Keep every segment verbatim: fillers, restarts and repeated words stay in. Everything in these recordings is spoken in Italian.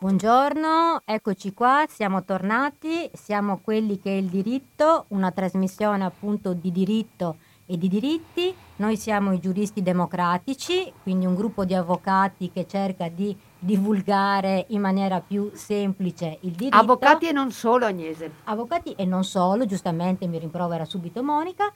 Buongiorno, eccoci qua, siamo tornati, siamo quelli che è il diritto, una trasmissione appunto di diritto e di diritti. Noi siamo i giuristi democratici, quindi un gruppo di avvocati che cerca di divulgare in maniera più semplice il diritto. Avvocati e non solo, Agnese. Avvocati e non solo, giustamente mi rimprovera subito Monica.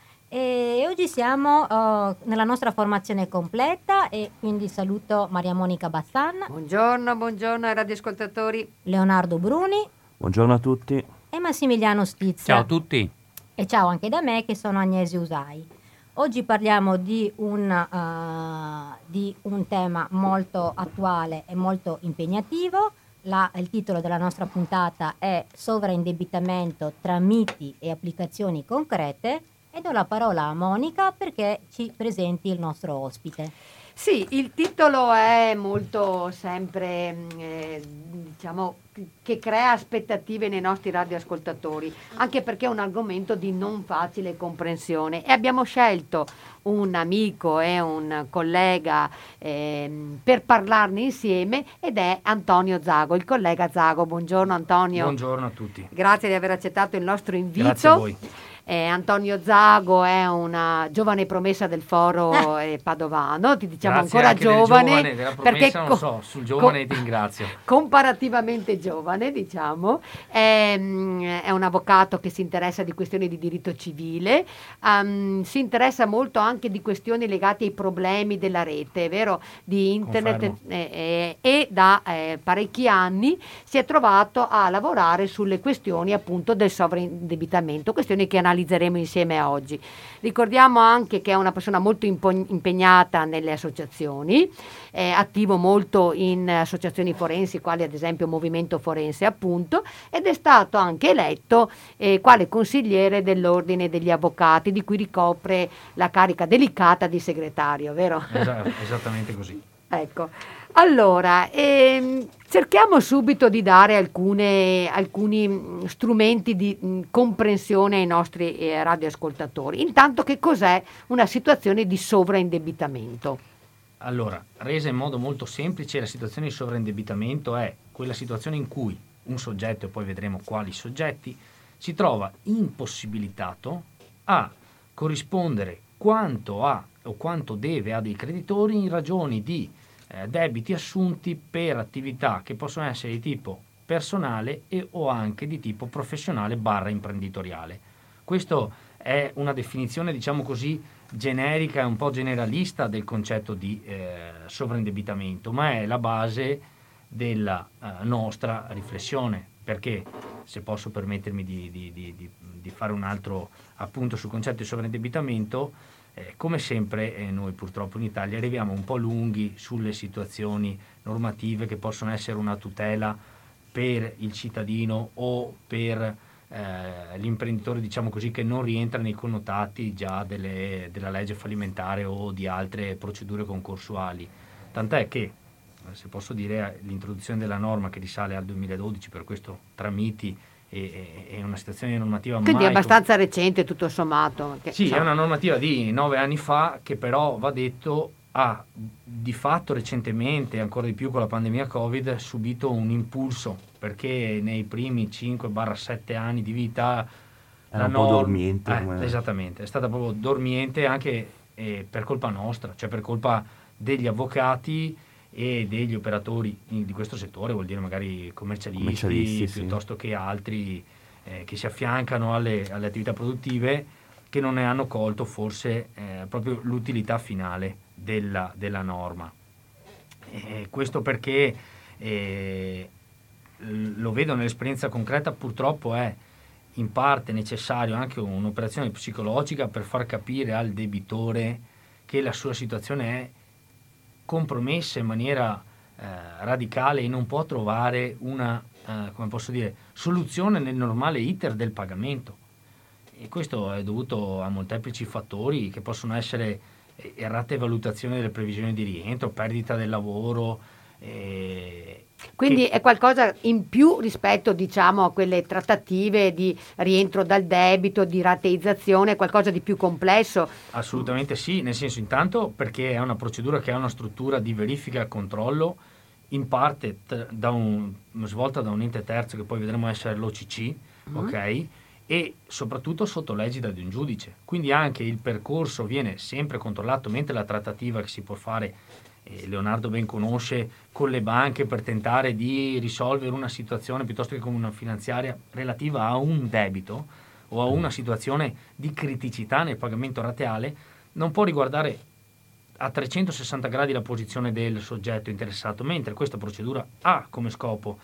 E oggi siamo uh, nella nostra formazione completa e quindi saluto Maria Monica Bassan. Buongiorno, buongiorno ai radioascoltatori. Leonardo Bruni. Buongiorno a tutti. E Massimiliano Stizza. Ciao a tutti. E ciao anche da me che sono Agnese Usai. Oggi parliamo di un, uh, di un tema molto attuale e molto impegnativo. La, il titolo della nostra puntata è Sovraindebitamento tra miti e applicazioni concrete. E do la parola a Monica perché ci presenti il nostro ospite. Sì, il titolo è molto sempre, eh, diciamo, che crea aspettative nei nostri radioascoltatori, anche perché è un argomento di non facile comprensione e abbiamo scelto un amico e un collega eh, per parlarne insieme ed è Antonio Zago, il collega Zago. Buongiorno Antonio. Buongiorno a tutti. Grazie di aver accettato il nostro invito. Grazie a voi. Eh, Antonio Zago è una giovane promessa del foro eh, padovano, ti diciamo Grazie ancora anche del giovane, giovane, della promessa perché non co- so, sul giovane co- ti ringrazio. Comparativamente giovane, diciamo, è, è un avvocato che si interessa di questioni di diritto civile, um, si interessa molto anche di questioni legate ai problemi della rete, vero? Di internet eh, eh, e da eh, parecchi anni si è trovato a lavorare sulle questioni appunto del sovraindebitamento, questioni che analizzeremo insieme a oggi. Ricordiamo anche che è una persona molto impegnata nelle associazioni, è attivo molto in associazioni forensi, quali ad esempio Movimento Forense appunto, ed è stato anche eletto eh, quale consigliere dell'Ordine degli Avvocati, di cui ricopre la carica delicata di segretario, vero? Esatto, esattamente così. Ecco, allora ehm, cerchiamo subito di dare alcune, alcuni mh, strumenti di mh, comprensione ai nostri eh, radioascoltatori. Intanto, che cos'è una situazione di sovraindebitamento? Allora, resa in modo molto semplice, la situazione di sovraindebitamento è quella situazione in cui un soggetto, e poi vedremo quali soggetti, si trova impossibilitato a corrispondere quanto ha o quanto deve a dei creditori in ragione di eh, debiti assunti per attività che possono essere di tipo personale e o anche di tipo professionale barra imprenditoriale. Questo è una definizione, diciamo così, generica e un po' generalista del concetto di eh, sovraindebitamento, ma è la base della eh, nostra riflessione, perché, se posso permettermi di, di, di, di, di fare un altro appunto sul concetto di sovraindebitamento, eh, come sempre eh, noi purtroppo in Italia arriviamo un po' lunghi sulle situazioni normative che possono essere una tutela per il cittadino o per eh, l'imprenditore, diciamo così, che non rientra nei connotati già delle, della legge fallimentare o di altre procedure concorsuali. Tant'è che, se posso dire, l'introduzione della norma che risale al duemiladodici, per questo tramiti è una situazione normativa quindi mai abbastanza com- recente tutto sommato, che, sì, so. È una normativa di nove anni fa che però, va detto, ha di fatto recentemente, ancora di più con la pandemia Covid, subito un impulso, perché nei primi cinque sette anni di vita era un norma, po' dormiente eh, come... esattamente, è stata proprio dormiente anche eh, per colpa nostra, cioè per colpa degli avvocati e degli operatori di questo settore, vuol dire magari commercialisti, commercialisti piuttosto sì. che altri eh, che si affiancano alle, alle attività produttive, che non ne hanno colto forse eh, proprio l'utilità finale della, della norma. Eh, questo perché eh, lo vedo nell'esperienza concreta, purtroppo è in parte necessario anche un'operazione psicologica per far capire al debitore che la sua situazione è compromessa in maniera eh, radicale e non può trovare una, eh, come posso dire, soluzione nel normale iter del pagamento. E questo è dovuto a molteplici fattori che possono essere errate valutazioni delle previsioni di rientro, perdita del lavoro. Eh, Quindi che... è qualcosa in più rispetto, diciamo, a quelle trattative di rientro dal debito, di rateizzazione, qualcosa di più complesso? Assolutamente sì, nel senso, intanto perché è una procedura che ha una struttura di verifica e controllo in parte t- da un, svolta da un ente terzo che poi vedremo essere l'O C C, mm-hmm. ok? E soprattutto sotto l'egida di un giudice. Quindi anche il percorso viene sempre controllato, mentre la trattativa che si può fare, eh, Leonardo ben conosce, con le banche per tentare di risolvere una situazione piuttosto che con una finanziaria relativa a un debito o a una situazione di criticità nel pagamento rateale, non può riguardare a trecentosessanta gradi la posizione del soggetto interessato, mentre questa procedura ha come scopo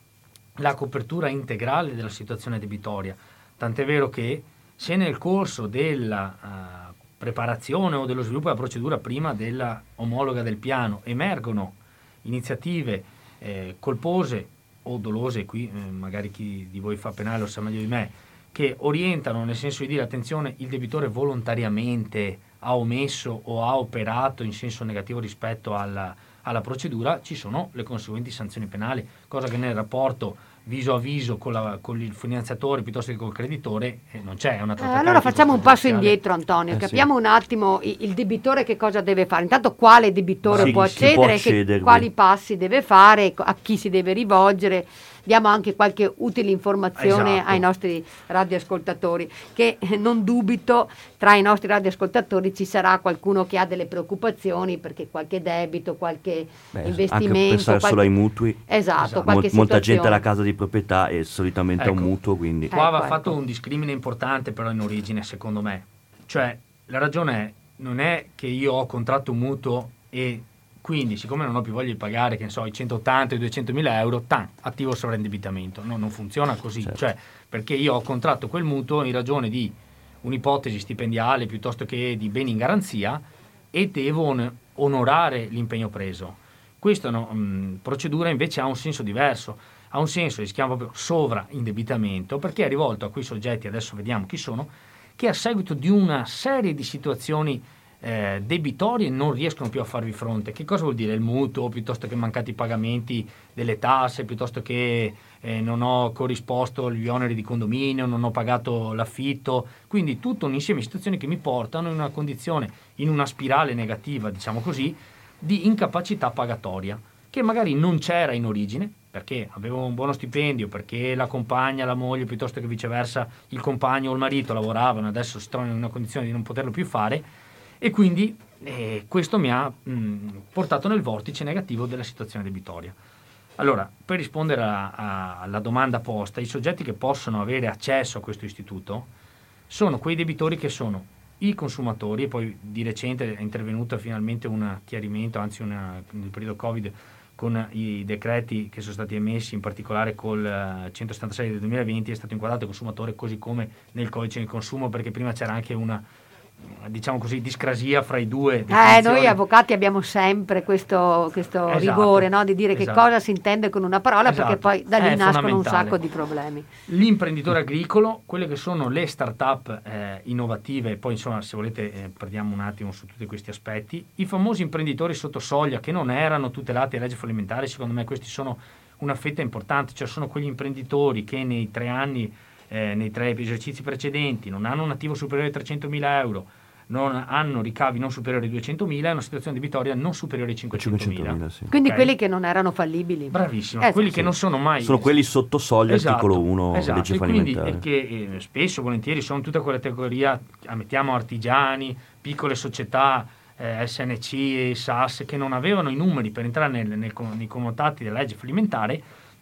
la copertura integrale della situazione debitoria. Tant'è vero che se nel corso della uh, preparazione o dello sviluppo della procedura prima della omologa del piano emergono iniziative eh, colpose o dolose, qui eh, magari chi di voi fa penale lo sa meglio di me, che orientano nel senso di dire attenzione, il debitore volontariamente ha omesso o ha operato in senso negativo rispetto alla, alla procedura, ci sono le conseguenti sanzioni penali, cosa che nel rapporto viso a viso con, la, con il finanziatore piuttosto che col creditore eh, non c'è, è una eh, allora facciamo un passo indietro, Antonio, eh, capiamo sì. un attimo il, il debitore che cosa deve fare, intanto quale debitore sì, può accedere, che, quali passi deve fare, a chi si deve rivolgere. Diamo anche qualche utile informazione esatto. ai nostri radioascoltatori, che non dubito tra i nostri radioascoltatori ci sarà qualcuno che ha delle preoccupazioni perché qualche debito, qualche Beh, investimento, anche pensare qualche... solo ai mutui. Esatto, esatto. Qualche Mol, molta gente ha la casa di proprietà e solitamente ecco, è un mutuo, quindi qua va ecco, fatto ecco. un discrimine importante però in origine, secondo me. Cioè la ragione è, non è che io ho contratto un mutuo e quindi, siccome non ho più voglia di pagare, che ne so, i centottanta e i duecentomila euro, tan, attivo il sovraindebitamento. No, non funziona così. Certo. Cioè, perché io ho contratto quel mutuo in ragione di un'ipotesi stipendiale piuttosto che di beni in garanzia e devo on- onorare l'impegno preso. Questa no, mh, procedura invece ha un senso diverso. Ha un senso, si chiama proprio sovraindebitamento, perché è rivolto a quei soggetti, adesso vediamo chi sono, che a seguito di una serie di situazioni Eh, debitorie non riescono più a farvi fronte. Che cosa vuol dire il mutuo, piuttosto che mancati pagamenti delle tasse, piuttosto che eh, non ho corrisposto gli oneri di condominio, non ho pagato l'affitto, quindi tutto un insieme di situazioni che mi portano in una condizione, in una spirale negativa, diciamo così, di incapacità pagatoria, che magari non c'era in origine, perché avevo un buono stipendio, perché la compagna, la moglie, piuttosto che viceversa il compagno o il marito lavoravano, adesso si trovano in una condizione di non poterlo più fare. E quindi eh, questo mi ha mh, portato nel vortice negativo della situazione debitoria. Allora, per rispondere a, a, alla domanda posta, i soggetti che possono avere accesso a questo istituto sono quei debitori che sono i consumatori, e poi di recente è intervenuto finalmente un chiarimento, anzi una, nel periodo Covid, con i decreti che sono stati emessi, in particolare col centosettantasei del duemilaventi, è stato inquadrato il consumatore così come nel codice del consumo, perché prima c'era anche una, diciamo così, discrasia fra i due. Eh, noi avvocati abbiamo sempre questo, questo esatto, rigore, no? Di dire esatto. che cosa si intende con una parola, esatto. perché poi da lì È nascono un sacco di problemi. L'imprenditore agricolo, quelle che sono le start-up eh, innovative, poi insomma se volete eh, parliamo un attimo su tutti questi aspetti, i famosi imprenditori sotto soglia che non erano tutelati a legge fallimentare, secondo me questi sono una fetta importante, cioè sono quegli imprenditori che nei tre anni Eh, nei tre esercizi precedenti non hanno un attivo superiore ai trecentomila euro, non hanno ricavi non superiori ai duecentomila e una situazione debitoria non superiore ai cinquecentomila. Sì. Quindi Okay? quelli che non erano fallibili. Bravissimo, eh, quelli sì. che non sono mai... Sono quelli sotto soglia, esatto, articolo uno, esatto. legge E quindi fallimentare. e che eh, spesso, volentieri, sono tutta quella categoria, mettiamo artigiani, piccole società, eh, S N C, S A S, che non avevano i numeri per entrare nel, nel, nei connotati della legge fallimentare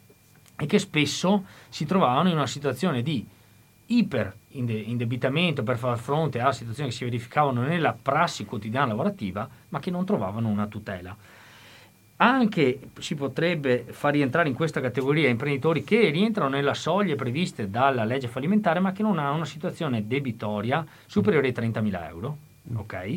e che spesso si trovavano in una situazione di iper indebitamento per far fronte a situazioni che si verificavano nella prassi quotidiana lavorativa, ma che non trovavano una tutela. Anche si potrebbe far rientrare in questa categoria imprenditori che rientrano nella soglie previste dalla legge fallimentare, ma che non hanno una situazione debitoria superiore ai trentamila euro. Ok?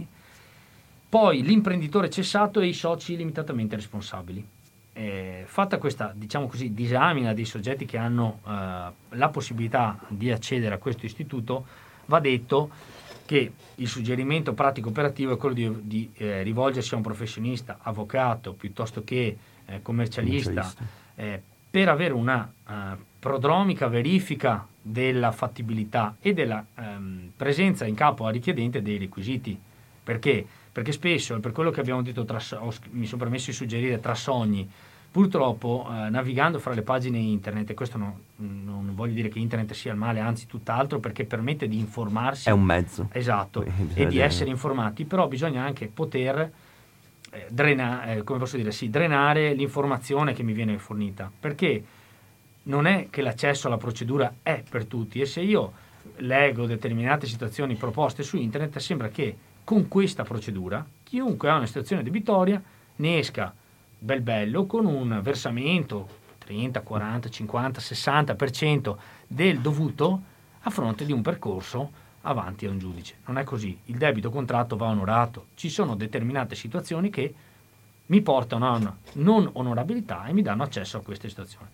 Poi l'imprenditore cessato e i soci limitatamente responsabili. Eh, fatta questa, diciamo così, disamina dei soggetti che hanno eh, la possibilità di accedere a questo istituto, va detto che il suggerimento pratico operativo è quello di, di eh, rivolgersi a un professionista, avvocato, piuttosto che eh, commercialista, commercialista. Eh, per avere una eh, prodromica verifica della fattibilità e della ehm, presenza in capo al richiedente dei requisiti. Perché? Perché spesso, per quello che abbiamo detto, tra, mi sono permesso di suggerire tra sogni, Purtroppo, eh, navigando fra le pagine internet, e questo no, non voglio dire che internet sia il male, anzi tutt'altro, perché permette di informarsi. È un mezzo. Esatto, Poi e bisogna di dire- essere informati, però bisogna anche poter eh, drena- eh, come posso dire, sì, drenare l'informazione che mi viene fornita, perché non è che l'accesso alla procedura è per tutti, e se io leggo determinate situazioni proposte su internet sembra che con questa procedura chiunque ha una situazione debitoria ne esca bel bello con un versamento trenta, quaranta, cinquanta, sessanta per cento del dovuto a fronte di un percorso avanti a un giudice. Non è così, il debito contratto va onorato, ci sono determinate situazioni che mi portano a una non onorabilità e mi danno accesso a queste situazioni.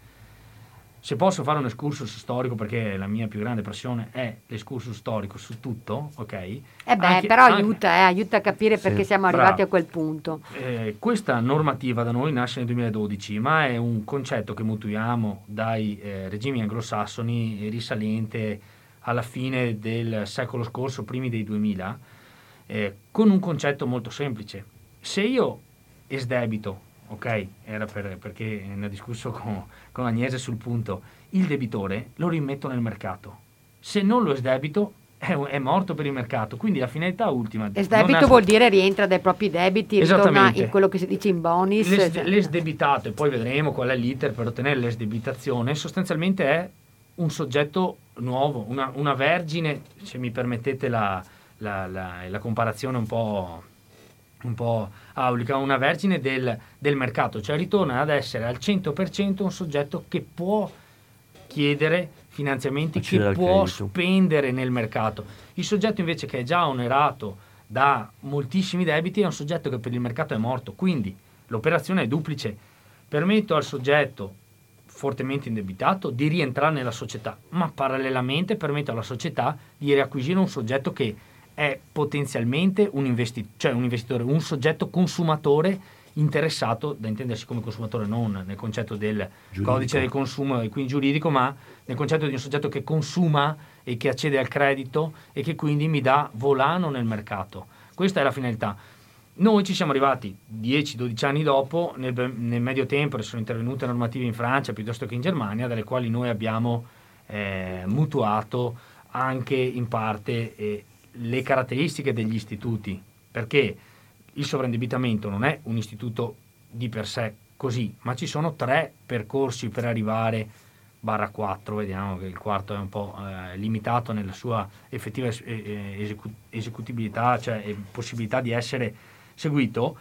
Se posso fare un excursus storico, perché la mia più grande passione è l'escursus storico su tutto, ok? Eh beh, Anche- però anche- aiuta, eh, aiuta a capire Sì, perché siamo arrivati bravo. a quel punto. Eh, questa normativa da noi nasce nel duemiladodici, ma è un concetto che mutuiamo dai eh, regimi anglosassoni, risalente alla fine del secolo scorso, primi dei duemila, eh, con un concetto molto semplice. Se io esdebito, ok, era per- perché ne ho discusso con, con Agnese sul punto, il debitore lo rimetto nel mercato. Se non lo esdebito, è, è morto per il mercato, quindi la finalità ultima... E non debito nasce- vuol dire rientra dai propri debiti, ritorna Esattamente. in quello che si dice in bonus. L'es- cioè- l'esdebitato, e poi vedremo qual è l'iter per ottenere l'esdebitazione, sostanzialmente è un soggetto nuovo, una, una vergine, se mi permettete la, la- la- la comparazione un po', un po' aulica, una vergine del, del mercato, cioè ritorna ad essere al cento per cento un soggetto che può chiedere finanziamenti, Accedere che al può credito. spendere nel mercato. Il soggetto invece che è già onerato da moltissimi debiti è un soggetto che per il mercato è morto, quindi l'operazione è duplice. Permetto al soggetto fortemente indebitato di rientrare nella società, ma parallelamente permetto alla società di riacquisire un soggetto che è potenzialmente un, investi- cioè un investitore, un soggetto consumatore interessato, da intendersi come consumatore non nel concetto del Giuridico. codice del consumo e quindi giuridico, ma nel concetto di un soggetto che consuma e che accede al credito e che quindi mi dà volano nel mercato. Questa è la finalità. Noi ci siamo arrivati dieci dodici anni dopo, nel, nel medio tempo sono intervenute normative in Francia piuttosto che in Germania, dalle quali noi abbiamo eh, mutuato anche in parte eh, le caratteristiche degli istituti, perché il sovraindebitamento non è un istituto di per sé così, ma ci sono tre percorsi per arrivare barra quattro, vediamo che il quarto è un po' eh, limitato nella sua effettiva es- eh, esecu- esecutibilità, cioè eh, possibilità di essere seguito,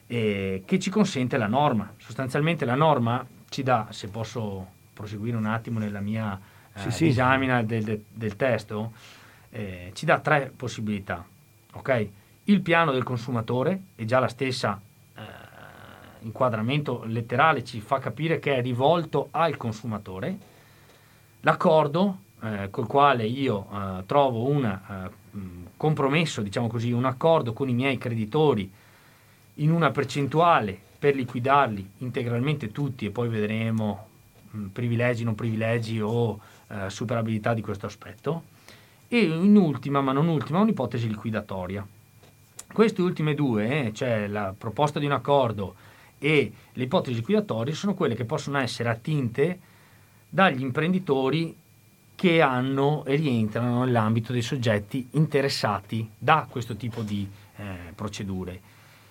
eh, che ci consente la norma. Sostanzialmente la norma ci dà, se posso proseguire un attimo nella mia eh, Sì, sì. disamina del, del- del testo, eh, ci dà tre possibilità, ok? Il piano del consumatore, e già la stessa eh, inquadramento letterale ci fa capire che è rivolto al consumatore. L'accordo eh, col quale io eh, trovo un compromesso, diciamo così, un accordo con i miei creditori in una percentuale per liquidarli integralmente tutti, e poi vedremo mh, privilegi, non privilegi o eh, superabilità di questo aspetto, e in ultima, ma non ultima, un'ipotesi liquidatoria. Queste ultime due, eh, cioè la proposta di un accordo e le ipotesi liquidatorie, sono quelle che possono essere attinte dagli imprenditori che hanno e rientrano nell'ambito dei soggetti interessati da questo tipo di eh, procedure.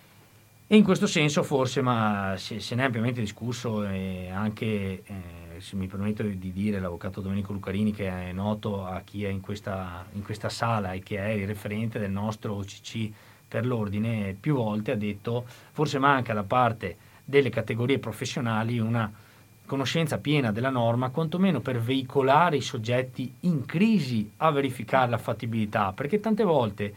E in questo senso forse, ma se, se ne è ampiamente discusso, e anche, eh, se mi permetto di dire, l'avvocato Domenico Lucarini, che è noto a chi è in questa, in questa sala e che è il referente del nostro O C C per l'ordine, più volte ha detto forse manca da parte delle categorie professionali una conoscenza piena della norma, quantomeno per veicolare i soggetti in crisi a verificare la fattibilità, perché tante volte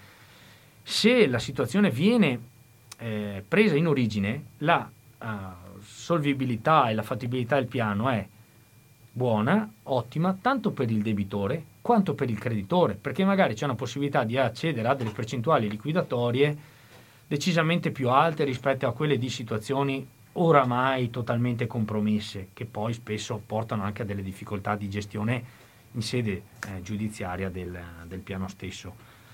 se la situazione viene eh, presa in origine, la uh, solvibilità e la fattibilità del piano è buona, ottima, tanto per il debitore quanto per il creditore, perché magari c'è una possibilità di accedere a delle percentuali liquidatorie decisamente più alte rispetto a quelle di situazioni oramai totalmente compromesse, che poi spesso portano anche a delle difficoltà di gestione in sede eh, giudiziaria del, del piano stesso.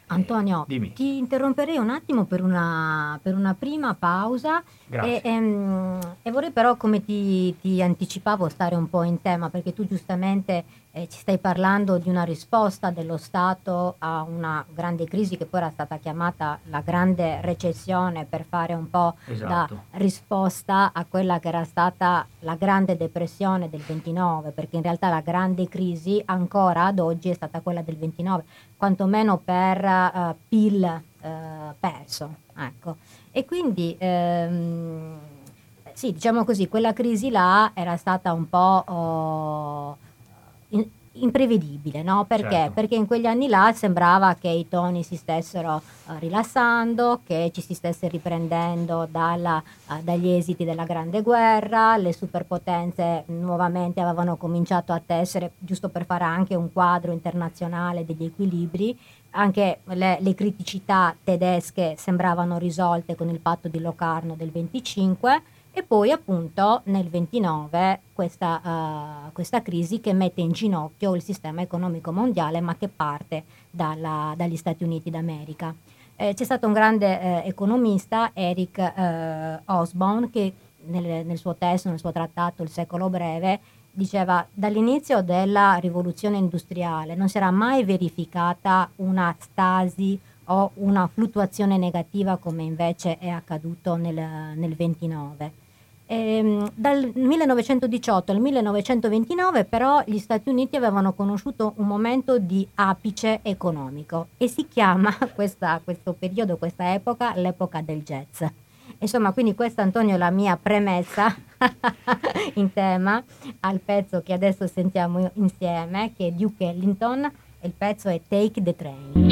Antonio, Eh, dimmi. ti interromperei un attimo per una, per una prima pausa Grazie. e, ehm, e vorrei però, come ti, ti anticipavo, stare un po' in tema, perché tu giustamente eh, ci stai parlando di una risposta dello Stato a una grande crisi che poi era stata chiamata la grande recessione, per fare un po' Esatto. da risposta a quella che era stata la grande depressione del ventinove, perché in realtà la grande crisi ancora ad oggi è stata quella del ventinove, quantomeno per uh, P I L uh, perso, ecco. E quindi ehm, sì, diciamo così, quella crisi là era stata un po' oh, in- imprevedibile, no? Perché? Certo. Perché in quegli anni là sembrava che i toni si stessero eh, rilassando, che ci si stesse riprendendo dalla, eh, dagli esiti della Grande Guerra, le superpotenze nuovamente avevano cominciato a tessere, giusto per fare anche un quadro internazionale degli equilibri, anche le, le criticità tedesche sembravano risolte con il patto di Locarno del venticinque. E poi appunto nel ventinove questa, uh, questa crisi che mette in ginocchio il sistema economico mondiale, ma che parte dalla, dagli Stati Uniti d'America. Eh, c'è stato un grande eh, economista, Eric eh, Hobsbawm, che nel, nel suo testo, nel suo trattato Il secolo breve, diceva: dall'inizio della rivoluzione industriale non si era mai verificata una stasi o una fluttuazione negativa come invece è accaduto nel, nel ventinove. Ehm, dal millenovecentodiciotto al millenovecentoventinove però gli Stati Uniti avevano conosciuto un momento di apice economico e si chiama questa, questo periodo, questa epoca, l'epoca del jazz. Insomma, quindi questa, Antonio, è la mia premessa in tema al pezzo che adesso sentiamo insieme, che è Duke Ellington, e il pezzo è Take the Train.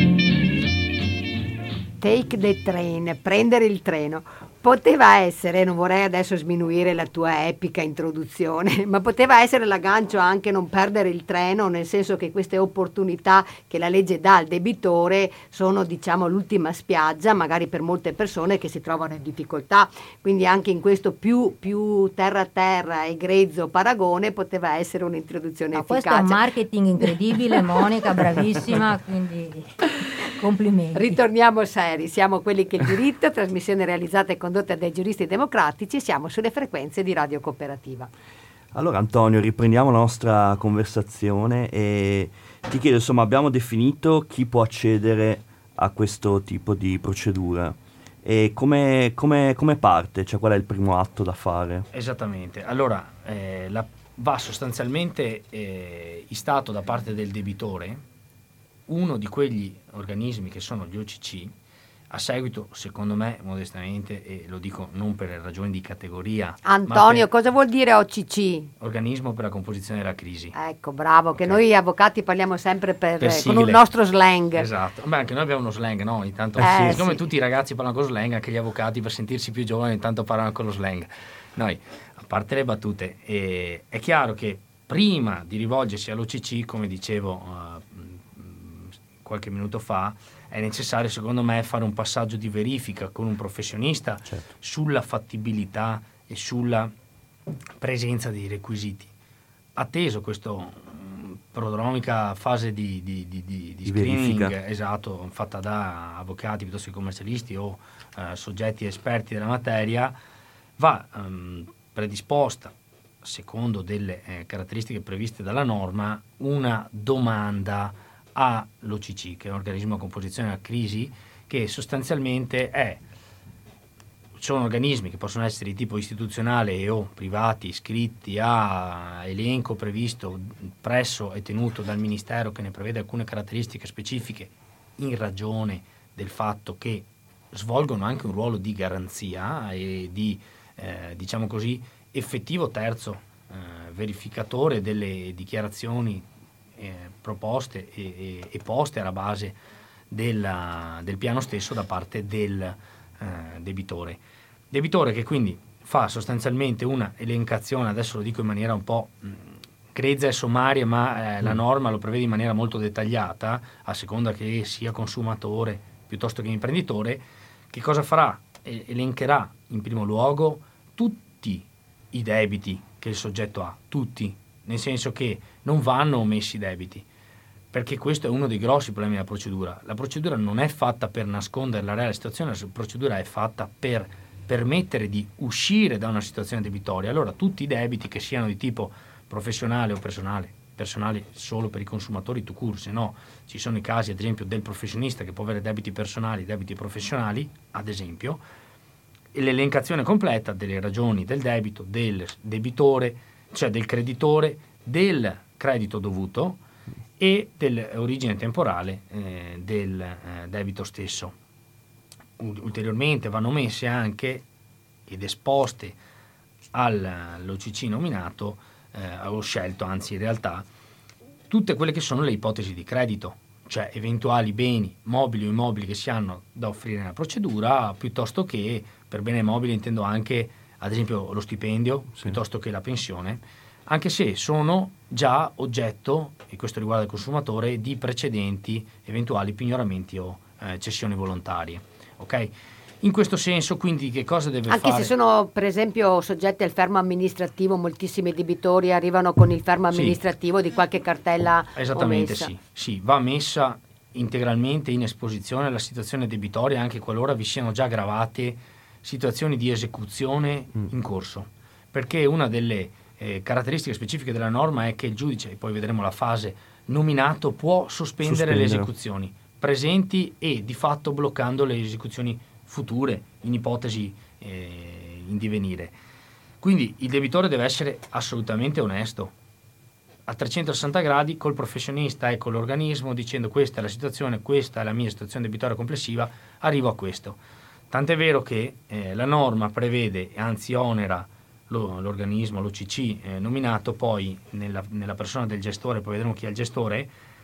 Take the train, prendere il treno. Poteva essere, non vorrei adesso sminuire la tua epica introduzione, ma poteva essere l'aggancio anche non perdere il treno, nel senso che queste opportunità che la legge dà al debitore sono, diciamo, l'ultima spiaggia, magari per molte persone che si trovano in difficoltà. Quindi anche in questo più, più terra a terra e grezzo paragone poteva essere un'introduzione No, efficace. questo è un marketing incredibile, Monica, bravissima, quindi complimenti. Ritorniamo seri, siamo quelli che il diritto, trasmissione realizzata e condotta dai giuristi democratici, siamo sulle frequenze di Radio Cooperativa. Allora Antonio, riprendiamo la nostra conversazione e ti chiedo, insomma, abbiamo definito chi può accedere a questo tipo di procedura e come, come, come parte, cioè qual è il primo atto da fare? Esattamente, allora eh, la, va sostanzialmente eh, istato da parte del debitore uno di quegli organismi che sono gli O C C, a seguito, secondo me, modestamente, e lo dico non per ragioni di categoria. Antonio, per cosa vuol dire O C C? Organismo per la composizione della crisi. Ecco, bravo, che Ok. noi avvocati parliamo sempre per, Per eh, con un sigle. nostro slang. Esatto, beh, anche noi abbiamo uno slang, no? Intanto, Eh, siccome sì. tutti i ragazzi parlano con slang, anche gli avvocati, per sentirsi più giovani, intanto parlano con lo slang. Noi, a parte le battute, eh, è chiaro che prima di rivolgersi all'O C C, come dicevo uh, qualche minuto fa, è necessario, secondo me, fare un passaggio di verifica con un professionista Certo. sulla fattibilità e sulla presenza dei requisiti. Atteso questa prodromica fase di, di, di, di, di Di screening, verifica. esatto, fatta da avvocati piuttosto che commercialisti o eh, soggetti esperti della materia, va ehm, predisposta, secondo delle eh, caratteristiche previste dalla norma, una domanda all'O C C, che è un organismo a composizione della crisi, che sostanzialmente è sono organismi che possono essere di tipo istituzionale e o privati iscritti a elenco previsto presso e tenuto dal Ministero, che ne prevede alcune caratteristiche specifiche in ragione del fatto che svolgono anche un ruolo di garanzia e di eh, diciamo così effettivo terzo eh, verificatore delle dichiarazioni eh, proposte e, e, e poste alla base della, del piano stesso da parte del eh, debitore. Debitore che quindi fa sostanzialmente una elencazione, adesso lo dico in maniera un po' mh, grezza e sommaria, ma eh, la norma lo prevede in maniera molto dettagliata, a seconda che sia consumatore piuttosto che imprenditore. Che cosa farà? E- elencherà in primo luogo tutti i debiti che il soggetto ha, tutti, nel senso che non vanno omessi i debiti. perché questo è uno dei grossi problemi della procedura. La procedura non è fatta per nascondere la reale situazione, la procedura è fatta per permettere di uscire da una situazione debitoria. Allora tutti i debiti, che siano di tipo professionale o personale, personali solo per i consumatori to cure, se no ci sono i casi ad esempio del professionista che può avere debiti personali, debiti professionali ad esempio, e l'elencazione completa delle ragioni del debito, del debitore, cioè del creditore, del credito dovuto e dell'origine temporale eh, del eh, debito stesso. Ulteriormente vanno messe anche ed esposte all'O C C nominato, eh, ho scelto, anzi in realtà, tutte quelle che sono le ipotesi di credito, cioè eventuali beni mobili o immobili che si hanno da offrire nella procedura, piuttosto che, per bene mobile intendo anche ad esempio lo stipendio, sì, piuttosto che la pensione, anche se sono già oggetto, e questo riguarda il consumatore, di precedenti eventuali pignoramenti o eh, cessioni volontarie. Ok? In questo senso, quindi, che cosa deve Anche fare? Anche se sono, per esempio, soggetti al fermo amministrativo, moltissimi debitori arrivano con il fermo amministrativo sì. di qualche cartella Esattamente, omessa. sì. Sì, va messa integralmente in esposizione la situazione debitoria, anche qualora vi siano già aggravate situazioni di esecuzione mm. in corso. Perché una delle eh, caratteristiche specifiche della norma è che il giudice, e poi vedremo la fase, nominato può sospendere, sospendere. le esecuzioni presenti e di fatto bloccando le esecuzioni future in ipotesi eh, in divenire. Quindi il debitore deve essere assolutamente onesto a trecentosessanta gradi col professionista e con l'organismo, dicendo questa è la situazione, questa è la mia situazione debitoria complessiva, arrivo a questo. Tant'è vero che eh, la norma prevede, anzi onera lo, l'organismo, l'O C C eh, nominato, poi nella, nella persona del gestore, poi vedremo chi è il gestore,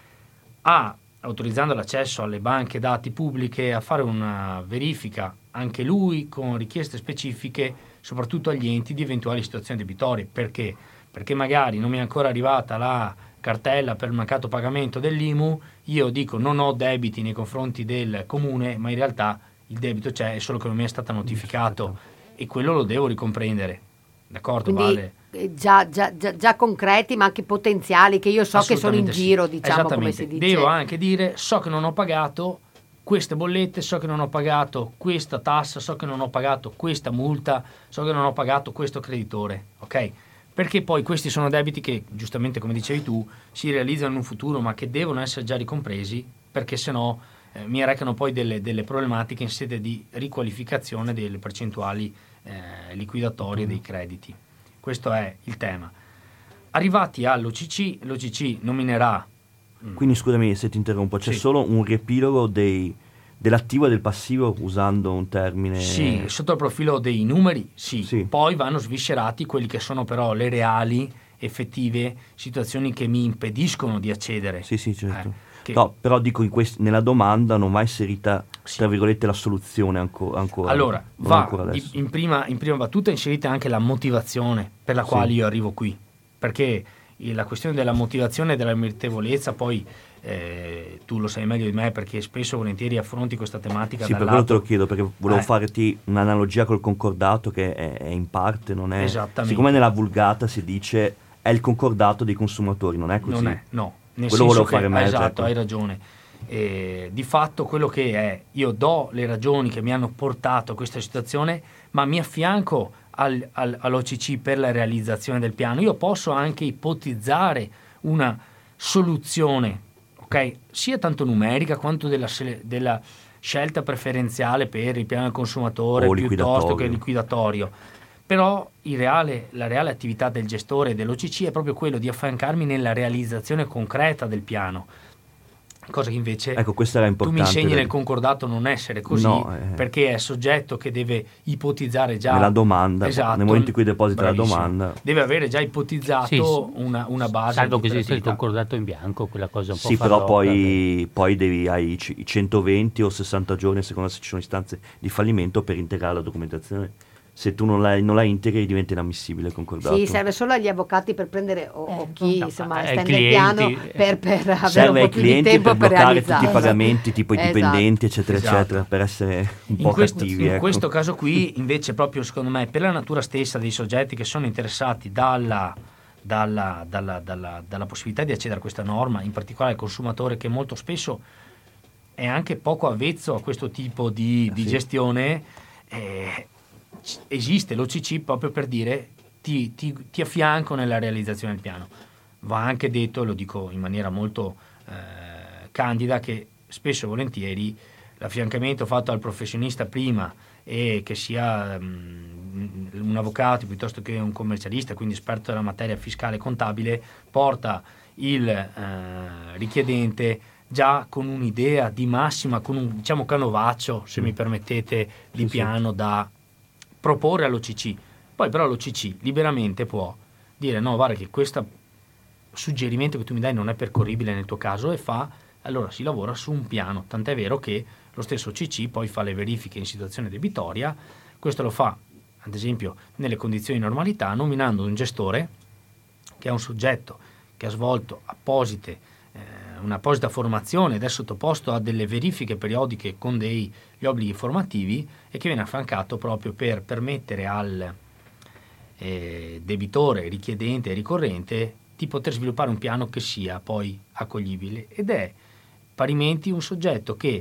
a autorizzando l'accesso alle banche dati pubbliche, a fare una verifica anche lui con richieste specifiche, soprattutto agli enti, di eventuali situazioni debitorie. Perché? Perché magari non mi è ancora arrivata la cartella per il mancato pagamento dell'I M U, io dico non ho debiti nei confronti del comune, ma in realtà il debito c'è, è solo che non mi è stato notificato e quello lo devo ricomprendere. D'accordo? Quindi, vale. Già, già, già, già concreti, ma anche potenziali, che io so che sono in giro, sì. diciamo, come si dice. Devo anche dire, so che non ho pagato queste bollette, so che non ho pagato questa tassa, so che non ho pagato questa multa, so che non ho pagato questo creditore, ok? Perché poi questi sono debiti che, giustamente come dicevi tu, si realizzano in un futuro, ma che devono essere già ricompresi, perché sennò eh, mi recano poi delle, delle problematiche in sede di riqualificazione delle percentuali eh, liquidatorie mm. dei crediti. Questo è il tema. Arrivati all'O C C, l'O C C nominerà... Quindi scusami se ti interrompo, c'è sì. solo un riepilogo dei, dell'attivo e del passivo, usando un termine... Sì, sotto il profilo dei numeri, sì. sì. Poi vanno sviscerati quelli che sono però le reali, effettive situazioni che mi impediscono di accedere. Sì, sì, certo. Eh, che... No, però dico, in quest- nella domanda non va inserita, sì. tra virgolette, la soluzione anco- ancora. Allora, va ancora in, prima, in prima battuta inserita anche la motivazione per la quale sì. io arrivo qui, perché la questione della motivazione e della meritevolezza, poi eh, tu lo sai meglio di me, perché spesso e volentieri affronti questa tematica. Sì, per quello te lo chiedo, perché volevo eh. farti un'analogia col concordato, che è, è in parte, non è... Esattamente. Siccome nella vulgata si dice è il concordato dei consumatori, non è così? Non è, no. Nel quello senso volevo fare che, meglio. Esatto, ecco. hai ragione. Eh, di fatto quello che è, io do le ragioni che mi hanno portato a questa situazione, ma mi affianco al, al, all'O C C per la realizzazione del piano. Io posso anche ipotizzare una soluzione, ok, sia tanto numerica quanto della, della scelta preferenziale per il piano del consumatore piuttosto che liquidatorio. Però il reale, la reale attività del gestore e dell'O C C è proprio quello di affiancarmi nella realizzazione concreta del piano, cosa che invece ecco, questo era importante, tu mi insegni vedi? Nel concordato non essere così, no, eh. perché è soggetto che deve ipotizzare già nella domanda, esatto, nel momento in cui deposita bravissimo. la domanda deve avere già ipotizzato sì, sì. Una, una base, salvo che esiste il concordato in bianco, quella cosa un po' sì, però poi, perché... poi devi hai i centoventi o sessanta giorni a seconda se ci sono istanze di fallimento per integrare la documentazione. Se tu non la, non la integri diventa inammissibile il concordato. Sì, serve solo agli avvocati per prendere o, o chi no, insomma eh, stende il piano per, per avere serve un po' più di tempo per per bloccare tutti i esatto. pagamenti, tipo i dipendenti, esatto. eccetera, esatto. eccetera, per essere un in po' questo, cattivi. In ecco. questo caso qui, invece, proprio secondo me, per la natura stessa dei soggetti che sono interessati dalla, dalla, dalla, dalla, dalla possibilità di accedere a questa norma, in particolare il consumatore che molto spesso è anche poco avvezzo a questo tipo di, di sì. gestione, eh, esiste l'O C C proprio per dire ti, ti, ti affianco nella realizzazione del piano. Va anche detto, e lo dico in maniera molto eh, candida, che spesso e volentieri l'affiancamento fatto al professionista prima, e che sia um, un avvocato piuttosto che un commercialista, quindi esperto della materia fiscale e contabile, porta il eh, richiedente già con un'idea di massima, con un diciamo canovaccio, se mm. mi permettete, di sì, piano sì. da proporre all'O C C. Poi però l'O C C liberamente può dire no, guarda che questo suggerimento che tu mi dai non è percorribile nel tuo caso, e fa, allora si lavora su un piano, tant'è vero che lo stesso O C C poi fa le verifiche in situazione debitoria. Questo lo fa ad esempio nelle condizioni di normalità, nominando un gestore che è un soggetto che ha svolto apposite un'apposita formazione ed è sottoposto a delle verifiche periodiche con degli obblighi formativi, e che viene affiancato proprio per permettere al eh, debitore, richiedente e ricorrente di poter sviluppare un piano che sia poi accoglibile, ed è parimenti un soggetto che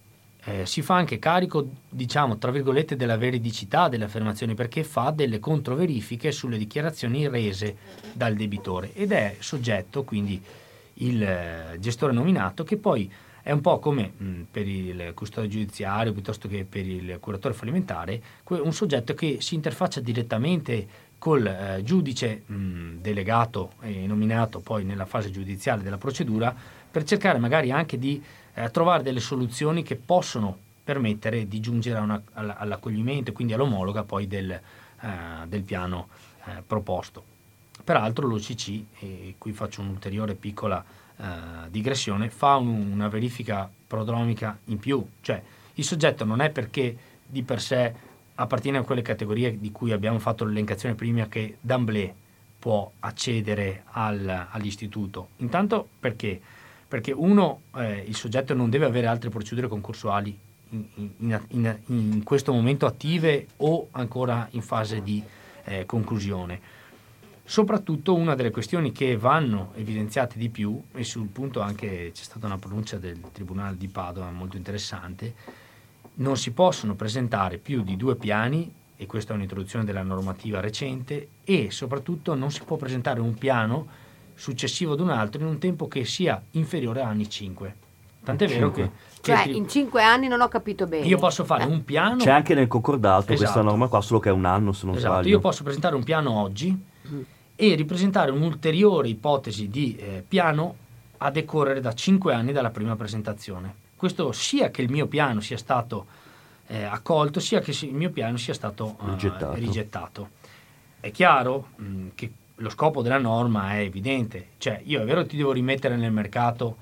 eh, si fa anche carico, diciamo tra virgolette, della veridicità delle affermazioni, perché fa delle controverifiche sulle dichiarazioni rese dal debitore, ed è soggetto quindi il gestore nominato, che poi è un po' come mh, per il custode giudiziario piuttosto che per il curatore fallimentare, un soggetto che si interfaccia direttamente col eh, giudice mh, delegato e nominato poi nella fase giudiziale della procedura, per cercare magari anche di eh, trovare delle soluzioni che possono permettere di giungere a una, all'accoglimento, quindi all'omologa poi del, eh, del piano eh, proposto. Peraltro l'O C C, e qui faccio un'ulteriore piccola eh, digressione, fa un, una verifica prodromica in più, cioè il soggetto non è perché di per sé appartiene a quelle categorie di cui abbiamo fatto l'elencazione prima che d'emblée può accedere al, all'istituto. Intanto perché? Perché uno, eh, il soggetto non deve avere altre procedure concorsuali in, in, in, in questo momento attive o ancora in fase di eh, conclusione. Soprattutto una delle questioni che vanno evidenziate di più, e sul punto anche c'è stata una pronuncia del Tribunale di Padova molto interessante, non si possono presentare più di due piani, e questa è un'introduzione della normativa recente, e soprattutto non si può presentare un piano successivo ad un altro in un tempo che sia inferiore a anni cinque. Tant'è vero che... Cioè che in cinque anni non ho capito bene. Io posso fare eh. un piano... C'è anche nel concordato, esatto, questa norma qua, solo che è un anno se non esatto. sbaglio. Io posso presentare un piano oggi mm. e ripresentare un'ulteriore ipotesi di eh, piano a decorrere da cinque anni dalla prima presentazione. Questo sia che il mio piano sia stato eh, accolto, sia che il mio piano sia stato uh, rigettato. rigettato. È chiaro mh, che lo scopo della norma è evidente, cioè io è vero ti devo rimettere nel mercato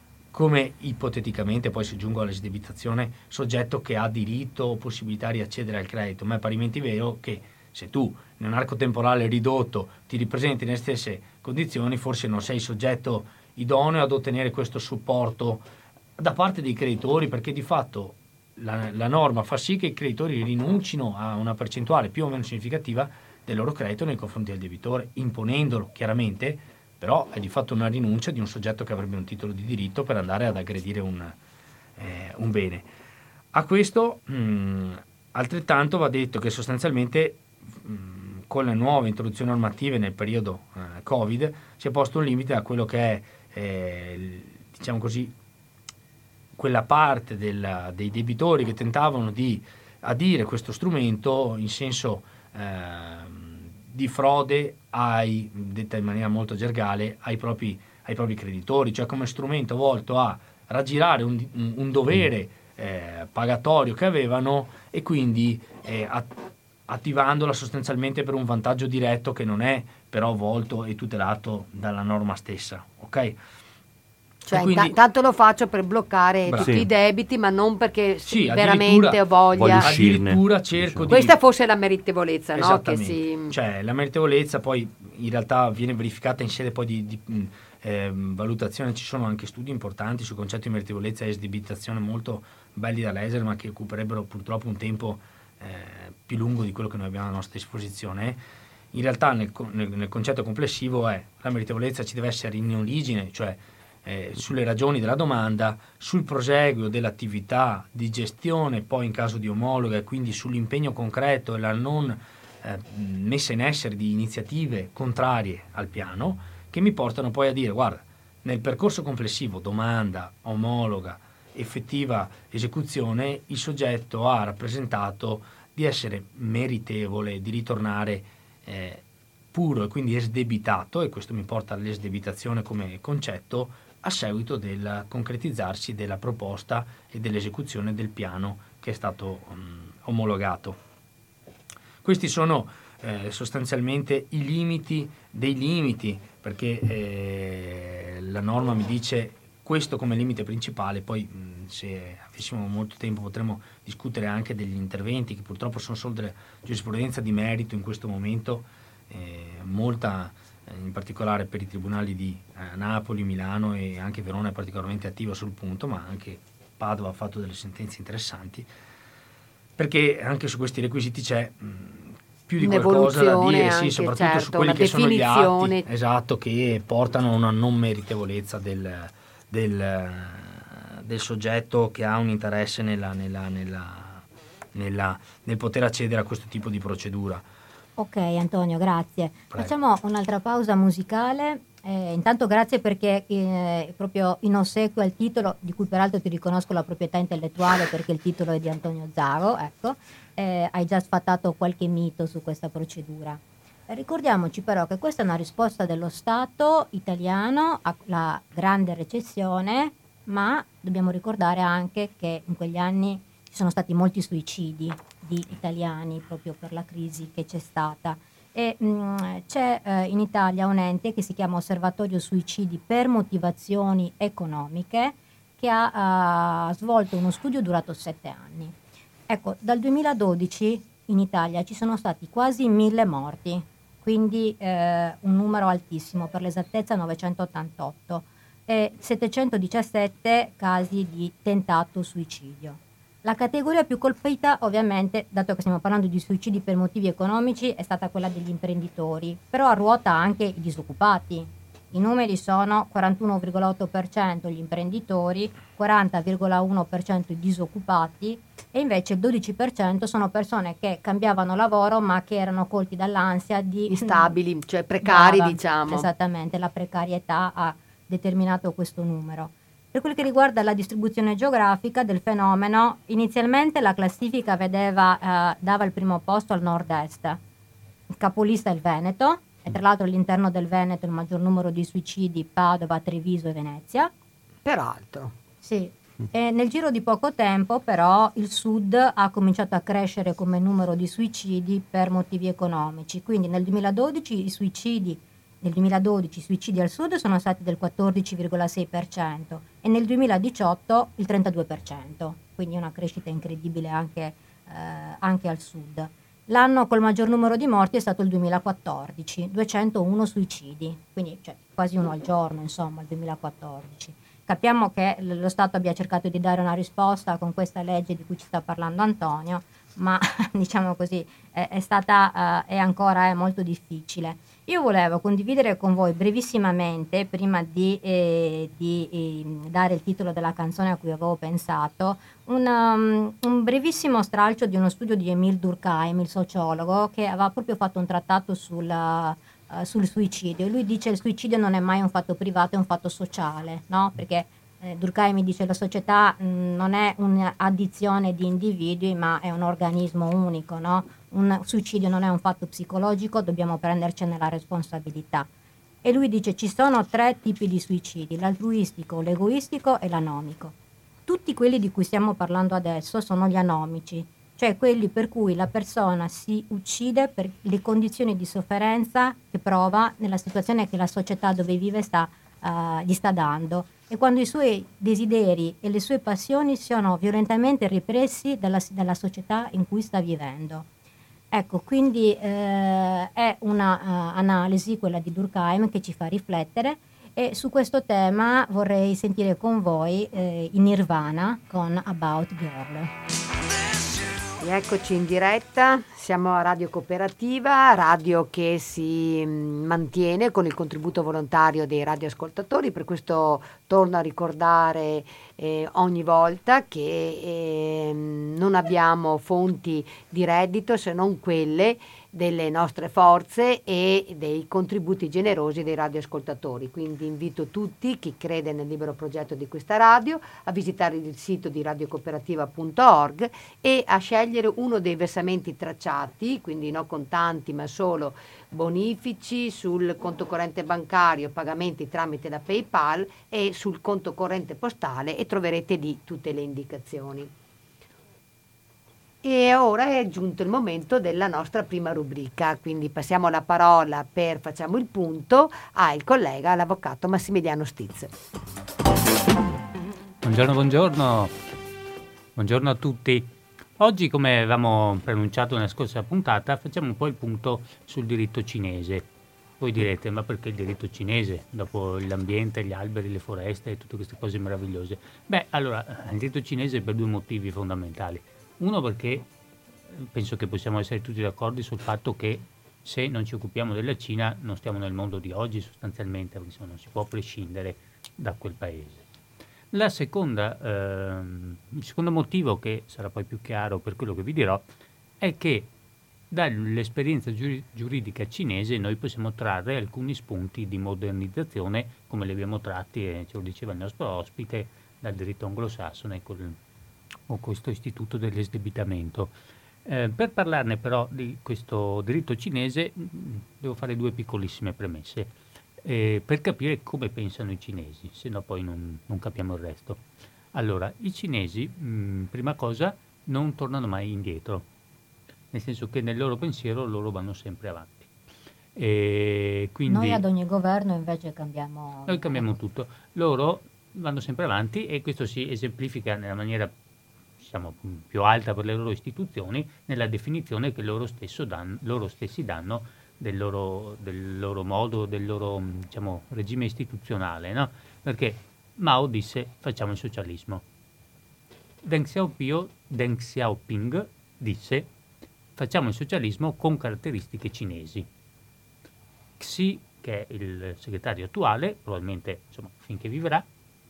come ipoteticamente, poi se giungo all'esdebitazione, soggetto che ha diritto o possibilità di accedere al credito, ma è parimenti vero che se tu in un arco temporale ridotto ti ripresenti nelle stesse condizioni, forse non sei soggetto idoneo ad ottenere questo supporto da parte dei creditori, perché di fatto la, la norma fa sì che i creditori rinuncino a una percentuale più o meno significativa del loro credito nei confronti del debitore, imponendolo chiaramente, però è di fatto una rinuncia di un soggetto che avrebbe un titolo di diritto per andare ad aggredire un, eh, un bene. A questo mh, altrettanto va detto che sostanzialmente mh, con le nuove introduzioni normative nel periodo eh, Covid si è posto un limite a quello che è eh, diciamo così quella parte della, dei debitori che tentavano di adire questo strumento in senso eh, di frode ai, detta in maniera molto gergale, ai propri, ai propri creditori, cioè come strumento volto a raggirare un, un, un dovere eh, pagatorio che avevano, e quindi eh, at- attivandola sostanzialmente per un vantaggio diretto che non è però volto e tutelato dalla norma stessa, ok? Cioè, quindi, t- tanto lo faccio per bloccare bravo. tutti sì. i debiti, ma non perché sì, veramente ho voglia. Addirittura cerco di... Questa fosse la meritevoliezza, no? Che si... Cioè, la meritevoliezza poi in realtà viene verificata in sede poi di, di eh, valutazione. Ci sono anche studi importanti sul concetto di meritevoliezza e esdebitazione molto belli da leggere, ma che occuperebbero purtroppo un tempo eh, più lungo di quello che noi abbiamo a nostra disposizione. in realtà nel, nel, nel concetto complessivo è la meritevolezza ci deve essere in origine, cioè eh, sulle ragioni della domanda, sul proseguo dell'attività di gestione, poi in caso di omologa, e quindi sull'impegno concreto e la non eh, messa in essere di iniziative contrarie al piano, che mi portano poi a dire guarda, nel percorso complessivo domanda, omologa, effettiva esecuzione, il soggetto ha rappresentato di essere meritevole di ritornare eh, puro e quindi esdebitato, e questo mi porta all'esdebitazione come concetto, a seguito del concretizzarsi della proposta e dell'esecuzione del piano che è stato um, omologato. Questi sono eh, sostanzialmente i limiti dei limiti, perché eh, la norma mi dice questo come limite principale, poi mh, se avessimo molto tempo potremmo discutere anche degli interventi che purtroppo sono solo della giurisprudenza di merito in questo momento, eh, molta eh, in particolare per i tribunali di eh, Napoli, Milano, e anche Verona è particolarmente attiva sul punto, ma anche Padova ha fatto delle sentenze interessanti, perché anche su questi requisiti c'è mh, più di qualcosa da dire, anche, sì, soprattutto certo, su quelli che sono gli atti, esatto, che portano a una non meritevolezza del, del, del soggetto che ha un interesse nella, nella, nella, nella, nel poter accedere a questo tipo di procedura. Ok Antonio, grazie. Prego. Facciamo un'altra pausa musicale. Eh, intanto grazie perché eh, proprio in ossequio al titolo, di cui peraltro ti riconosco la proprietà intellettuale perché il titolo è di Antonio Zaro, ecco, eh, hai già sfatato qualche mito su questa procedura. Eh, ricordiamoci però che questa è una risposta dello Stato italiano alla grande recessione, ma dobbiamo ricordare anche che in quegli anni ci sono stati molti suicidi di italiani proprio per la crisi che c'è stata. E mh, c'è eh, in Italia un ente che si chiama Osservatorio Suicidi per motivazioni economiche, che ha, ha svolto uno studio durato sette anni. Ecco, dal duemiladodici in Italia ci sono stati quasi mille morti, quindi eh, un numero altissimo, per l'esattezza novecentottantotto, e settecentodiciassette casi di tentato suicidio. La categoria più colpita, ovviamente, dato che stiamo parlando di suicidi per motivi economici, è stata quella degli imprenditori, però ruota anche i disoccupati. I numeri sono quarantuno virgola otto per cento gli imprenditori, quaranta virgola uno per cento i disoccupati, e invece il dodici per cento sono persone che cambiavano lavoro ma che erano colti dall'ansia di... Instabili, cioè precari, Brava, diciamo. Esattamente, la precarietà ha determinato questo numero. Per quel che riguarda la distribuzione geografica del fenomeno, inizialmente la classifica vedeva, eh, dava il primo posto al nord-est. Il capolista è il Veneto, e tra l'altro all'interno del Veneto il maggior numero di suicidi Padova, Treviso e Venezia. Peraltro. Sì. E nel giro di poco tempo però il sud ha cominciato a crescere come numero di suicidi per motivi economici. Quindi nel duemiladodici i suicidi Nel duemiladodici i suicidi al sud sono stati del quattordici virgola sei per cento e nel duemiladiciotto il trentadue per cento, quindi una crescita incredibile anche, eh, anche al sud. L'anno col maggior numero di morti è stato il duemilaquattordici, duecentouno suicidi, quindi cioè, quasi uno al giorno, insomma, il duemilaquattordici. Capiamo che lo Stato abbia cercato di dare una risposta con questa legge di cui ci sta parlando Antonio, ma diciamo così è, è stata uh, è ancora è molto difficile. Io volevo condividere con voi brevissimamente, prima di, eh, di eh, dare il titolo della canzone a cui avevo pensato, un, um, un brevissimo stralcio di uno studio di Emile Durkheim, il sociologo, che aveva proprio fatto un trattato sul, uh, sul suicidio. E lui dice che il suicidio non è mai un fatto privato, è un fatto sociale, no? Perché eh, Durkheim dice che la società mh, non è un'addizione di individui, ma è un organismo unico, no? Un suicidio non è un fatto psicologico, dobbiamo prendercene la responsabilità. E lui dice ci sono tre tipi di suicidi, l'altruistico, l'egoistico e l'anomico. Tutti quelli di cui stiamo parlando adesso sono gli anomici, cioè quelli per cui la persona si uccide per le condizioni di sofferenza che prova nella situazione che la società dove vive sta, uh, gli sta dando, e quando i suoi desideri e le sue passioni sono violentemente repressi dalla, dalla società in cui sta vivendo. Ecco, quindi eh, è una uh, analisi, quella di Durkheim, che ci fa riflettere, e su questo tema vorrei sentire con voi eh, i Nirvana con About Girl. Eccoci in diretta, siamo a Radio Cooperativa, radio che si mantiene con il contributo volontario dei radioascoltatori, per questo torno a ricordare eh, ogni volta che eh, non abbiamo fonti di reddito se non quelle delle nostre forze e dei contributi generosi dei radioascoltatori. Quindi invito tutti, chi crede nel libero progetto di questa radio, a visitare il sito di radiocooperativa punto org e a scegliere uno dei versamenti tracciati, quindi non contanti ma solo bonifici, sul conto corrente bancario, pagamenti tramite la PayPal e sul conto corrente postale, e troverete lì tutte le indicazioni. E ora è giunto il momento della nostra prima rubrica, quindi passiamo la parola per Facciamo il punto al collega, l'avvocato Massimiliano Stiz. Buongiorno, buongiorno, buongiorno a tutti. Oggi, come avevamo preannunciato nella scorsa puntata, facciamo un po' il punto sul diritto cinese. Voi direte, ma perché il diritto cinese, dopo l'ambiente, gli alberi, le foreste e tutte queste cose meravigliose? Beh, allora, il diritto cinese per due motivi fondamentali. Uno, perché penso che possiamo essere tutti d'accordo sul fatto che se non ci occupiamo della Cina non stiamo nel mondo di oggi sostanzialmente, perché insomma, non si può prescindere da quel paese. La seconda, ehm, il secondo motivo, che sarà poi più chiaro per quello che vi dirò, è che dall'esperienza giuri- giuridica cinese noi possiamo trarre alcuni spunti di modernizzazione, come li abbiamo tratti, e ce lo diceva il nostro ospite, dal diritto anglosassone col o questo istituto dell'esdebitamento. Eh, per parlarne però di questo diritto cinese mh, devo fare due piccolissime premesse eh, per capire come pensano i cinesi, se no poi non, non capiamo il resto. Allora, i cinesi, mh, prima cosa, non tornano mai indietro, nel senso che nel loro pensiero loro vanno sempre avanti. E quindi Noi ad ogni governo invece cambiamo... Noi cambiamo tutto. Loro vanno sempre avanti e questo si esemplifica nella maniera diciamo, più alta per le loro istituzioni, nella definizione che loro, stesso dan, loro stessi danno del loro, del loro modo, del loro diciamo, regime istituzionale, no? Perché Mao disse facciamo il socialismo. Deng Xiaoping, Deng Xiaoping disse facciamo il socialismo con caratteristiche cinesi. Xi, che è il segretario attuale, probabilmente insomma, finché vivrà,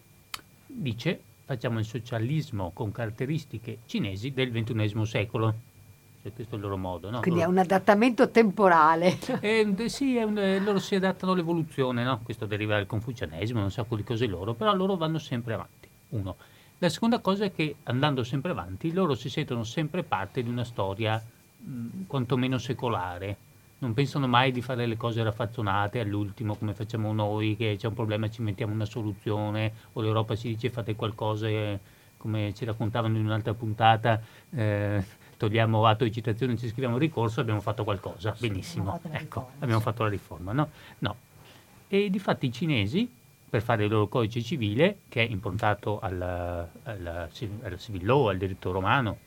dice facciamo il socialismo con caratteristiche cinesi del ventunesimo secolo. Cioè, questo è il loro modo, no? Quindi loro... è un adattamento temporale. Eh, sì, è un, eh, loro si adattano all'evoluzione, no? Questo deriva dal confucianesimo, non so di cose loro, però loro vanno sempre avanti. Uno. La seconda cosa è che andando sempre avanti, loro si sentono sempre parte di una storia mh, quantomeno secolare. Non pensano mai di fare le cose raffazzonate all'ultimo come facciamo noi, che c'è un problema ci inventiamo una soluzione, o l'Europa ci dice fate qualcosa, eh, come ci raccontavano in un'altra puntata, eh, togliamo atto di citazione, ci scriviamo ricorso, abbiamo fatto qualcosa, sì, benissimo, ecco, riforma, abbiamo sì. fatto la riforma, no? No. E difatti i cinesi, per fare il loro codice civile, che è improntato alla, alla, alla civil law, al diritto romano,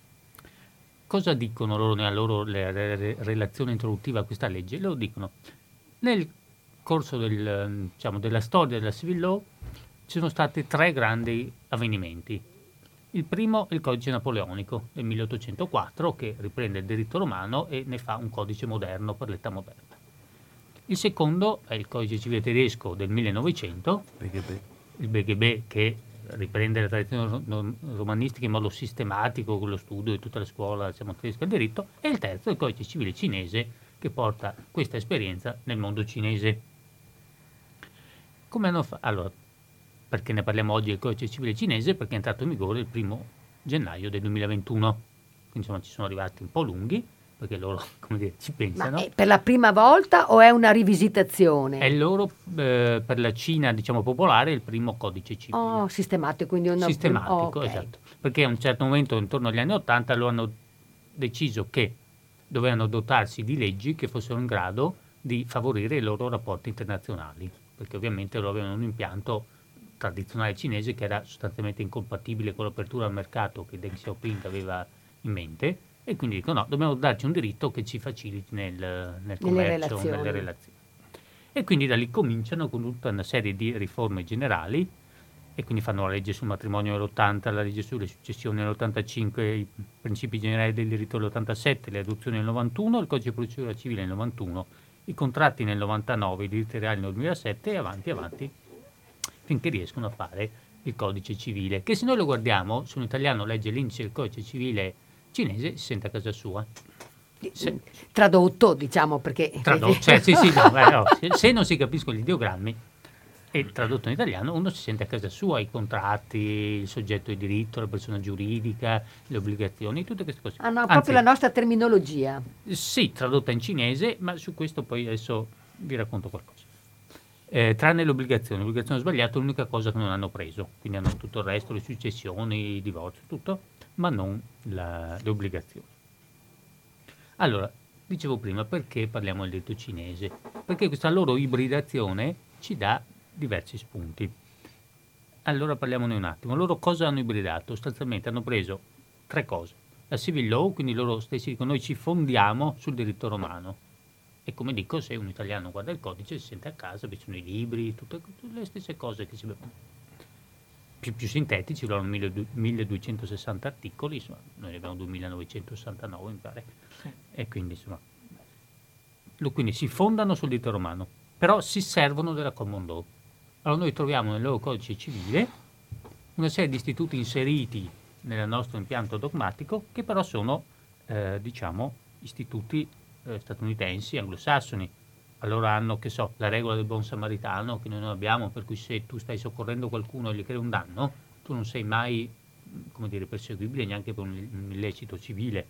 cosa dicono loro nella loro le, le, relazione introduttiva a questa legge? Loro dicono, nel corso del, diciamo, della storia della civil law ci sono stati tre grandi avvenimenti. Il primo è il codice napoleonico del milleottocentoquattro, che riprende il diritto romano e ne fa un codice moderno per l'età moderna. Il secondo è il codice civile tedesco del millenovecento, B G B. il B G B, che riprende la tradizione romanistica in modo sistematico con lo studio di tutta la scuola diciamo, tedesca del diritto, e il terzo è il codice civile cinese, che porta questa esperienza nel mondo cinese. Come hanno fatto? Allora, perché ne parliamo oggi del codice civile cinese? Perché è entrato in vigore il primo gennaio del duemilaventuno, quindi insomma ci sono arrivati un po' lunghi, perché loro come dire, ci pensano. Ma è per la prima volta o è una rivisitazione? È loro eh, per la Cina diciamo popolare il primo codice civile. Oh, sistematico, quindi una... sistematico, oh, okay. Esatto. Perché a un certo momento, intorno agli anni Ottanta, loro hanno deciso che dovevano dotarsi di leggi che fossero in grado di favorire i loro rapporti internazionali, perché ovviamente loro avevano un impianto tradizionale cinese che era sostanzialmente incompatibile con l'apertura al mercato che Deng Xiaoping aveva in mente, e quindi dicono no, dobbiamo darci un diritto che ci faciliti nel, nel commercio, nelle relazioni. nelle relazioni. E quindi da lì cominciano con tutta una serie di riforme generali e quindi fanno la legge sul matrimonio nell'ottanta, la legge sulle successioni nell'ottantacinque, i principi generali del diritto nell'ottantasette, le adozioni nel novantuno, il codice di procedura civile nel novantuno, i contratti nel novantanove, i diritti reali nel duemilasette e avanti avanti finché riescono a fare il codice civile, che se noi lo guardiamo, se un italiano legge l'indice del codice civile cinese si sente a casa sua. Se, tradotto, diciamo, perché tradotto, cioè, sì, sì, no, beh, no, se, se non si capiscono gli ideogrammi e tradotto in italiano, uno si sente a casa sua, i contratti, il soggetto di diritto, la persona giuridica, le obbligazioni, tutte queste cose. Ah, no, Anzi, proprio la nostra terminologia. Sì, tradotta in cinese, ma su questo poi adesso vi racconto qualcosa. Eh, tranne l'obbligazione, l'obbligazione sbagliata è l'unica cosa che non hanno preso, quindi hanno tutto il resto, le successioni, i divorzi, tutto, ma non la, le obbligazioni. Allora, dicevo prima, perché parliamo del diritto cinese? Perché questa loro ibridazione ci dà diversi spunti. Allora parliamone un attimo. Loro cosa hanno ibridato? Sostanzialmente hanno preso tre cose. La civil law, quindi loro stessi dicono noi ci fondiamo sul diritto romano. E come dico, se un italiano guarda il codice si sente a casa, vi sono i libri, tutte, tutte le stesse cose che si bevono. Più, più sintetici, loro hanno milleduecentosessanta articoli, insomma, noi ne abbiamo duemilanovecentosessantanove, mi pare. Sì. E quindi, insomma, lo, quindi si fondano sul diritto romano, però si servono della common law. Allora noi troviamo nel loro codice civile una serie di istituti inseriti nel nostro impianto dogmatico che però sono, eh, diciamo, istituti eh, statunitensi, anglosassoni. Allora hanno, che so, la regola del buon samaritano che noi non abbiamo, per cui se tu stai soccorrendo qualcuno e gli crei un danno, tu non sei mai, come dire, perseguibile neanche per un, un illecito civile.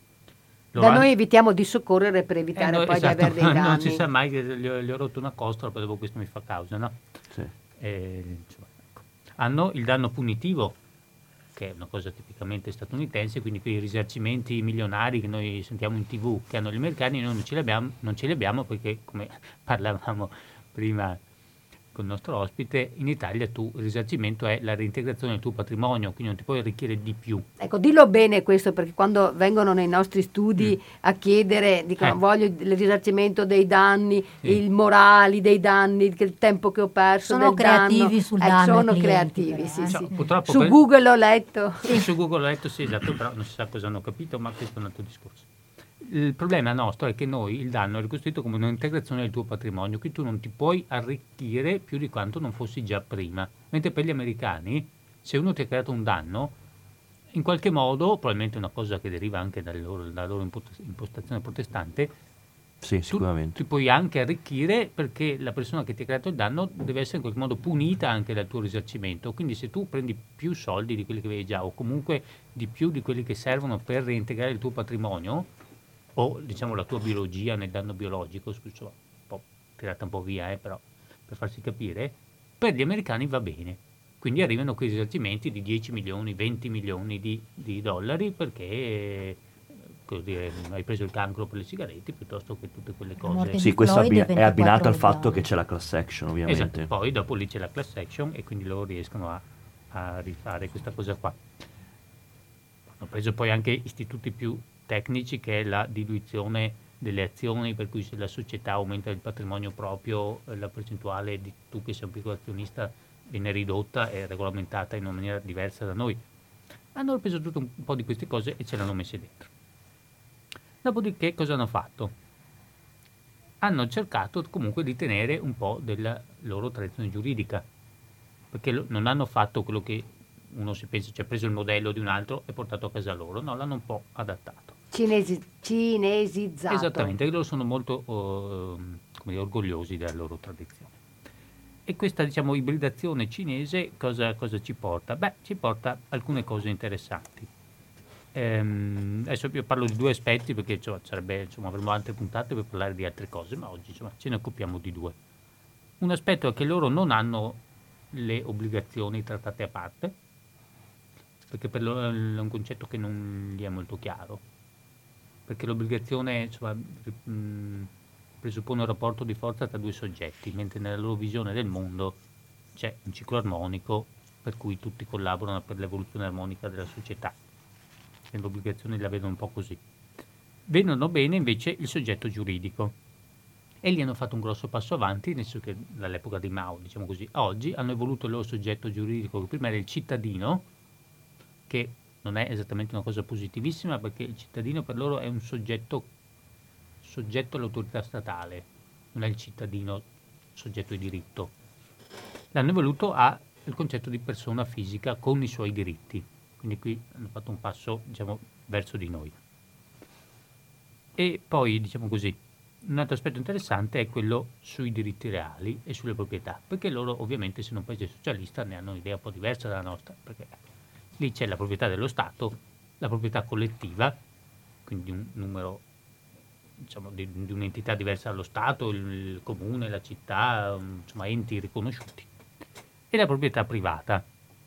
Loro da hanno... noi evitiamo di soccorrere per evitare eh, no, poi esatto, di avere dei danni. Non si sa mai che gli ho, gli ho rotto una costola, poi dopo questo mi fa causa, no? Sì. Eh, insomma, ecco. Hanno il danno punitivo, che è una cosa tipicamente statunitense, quindi quei risarcimenti milionari che noi sentiamo in tv che hanno gli americani, noi non ce li abbiamo, non ce li abbiamo perché, come parlavamo prima con il nostro ospite, in Italia tu il risarcimento è la reintegrazione del tuo patrimonio, quindi non ti puoi arricchire di più. Ecco, dillo bene questo, perché quando vengono nei nostri studi mm. a chiedere, dicono eh. voglio il risarcimento dei danni, sì. il morali dei danni, il tempo che ho perso, sono del creativi danno. sul eh, danno. Sono clienti, creativi, però, sì, eh? sì. Purtroppo Su per... Google ho letto. Sì, su Google ho letto, sì, esatto, però non si sa cosa hanno capito, ma questo è un altro discorso. Il problema nostro è che noi il danno è ricostruito come un'integrazione del tuo patrimonio, quindi tu non ti puoi arricchire più di quanto non fossi già prima. Mentre per gli americani, se uno ti ha creato un danno, in qualche modo, probabilmente una cosa che deriva anche dalla loro, dalla loro impostazione protestante, sì, sicuramente. Tu ti puoi anche arricchire perché la persona che ti ha creato il danno deve essere in qualche modo punita anche dal tuo risarcimento. Quindi se tu prendi più soldi di quelli che avevi già o comunque di più di quelli che servono per reintegrare il tuo patrimonio, o diciamo la tua biologia nel danno biologico, scusa, un po' tirata un po' via, eh, però per farsi capire, per gli americani va bene. Quindi arrivano quei risarcimenti di dieci milioni, venti milioni di, di dollari perché eh, dire, hai preso il cancro per le sigarette piuttosto che tutte quelle cose. Sì, questo abbina- è abbinato al fatto che c'è la class action, ovviamente. Esatto, poi dopo lì c'è la class action e quindi loro riescono a, a rifare questa cosa qua. Hanno preso poi anche istituti più tecnici, che è la diluizione delle azioni, per cui se la società aumenta il patrimonio proprio, la percentuale di tu che sei un piccolo azionista viene ridotta e regolamentata in una maniera diversa da noi. Hanno preso tutto un po' di queste cose e ce l'hanno messe dentro. Dopodiché cosa hanno fatto? Hanno cercato comunque di tenere un po' della loro tradizione giuridica, perché lo, non hanno fatto quello che uno si pensa, cioè preso il modello di un altro e portato a casa loro, no, l'hanno un po' adattato. Cinesi, cinesizzato. Esattamente, loro sono molto uh, come dire, orgogliosi della loro tradizione. E questa, diciamo, ibridazione cinese cosa, cosa ci porta? Beh, ci porta alcune cose interessanti. Ehm, adesso io parlo di due aspetti perché insomma, sarebbe, insomma, avremo altre puntate per parlare di altre cose, ma oggi insomma, ce ne occupiamo di due. Un aspetto è che loro non hanno le obbligazioni trattate a parte, perché per loro è un concetto che non gli è molto chiaro, perché l'obbligazione insomma, mh, presuppone un rapporto di forza tra due soggetti, mentre nella loro visione del mondo c'è un ciclo armonico per cui tutti collaborano per l'evoluzione armonica della società. Le obbligazioni la vedono un po' così. Vedono bene invece il soggetto giuridico. e lì hanno fatto un grosso passo avanti, nel senso che dall'epoca di Mao, diciamo così, a oggi hanno evoluto il loro soggetto giuridico, che prima era il cittadino, che non è esattamente una cosa positivissima, perché il cittadino per loro è un soggetto soggetto all'autorità statale, non è il cittadino soggetto di diritto. L'hanno evoluto al concetto di persona fisica con i suoi diritti, quindi qui hanno fatto un passo, diciamo, verso di noi. E poi, diciamo così, un altro aspetto interessante è quello sui diritti reali e sulle proprietà, perché loro ovviamente, essendo un paese socialista, ne hanno un'idea un po' diversa dalla nostra, perché lì c'è la proprietà dello Stato, la proprietà collettiva, quindi un numero, diciamo, di, di un'entità diversa dallo Stato, il, il comune, la città, insomma enti riconosciuti, e la proprietà privata.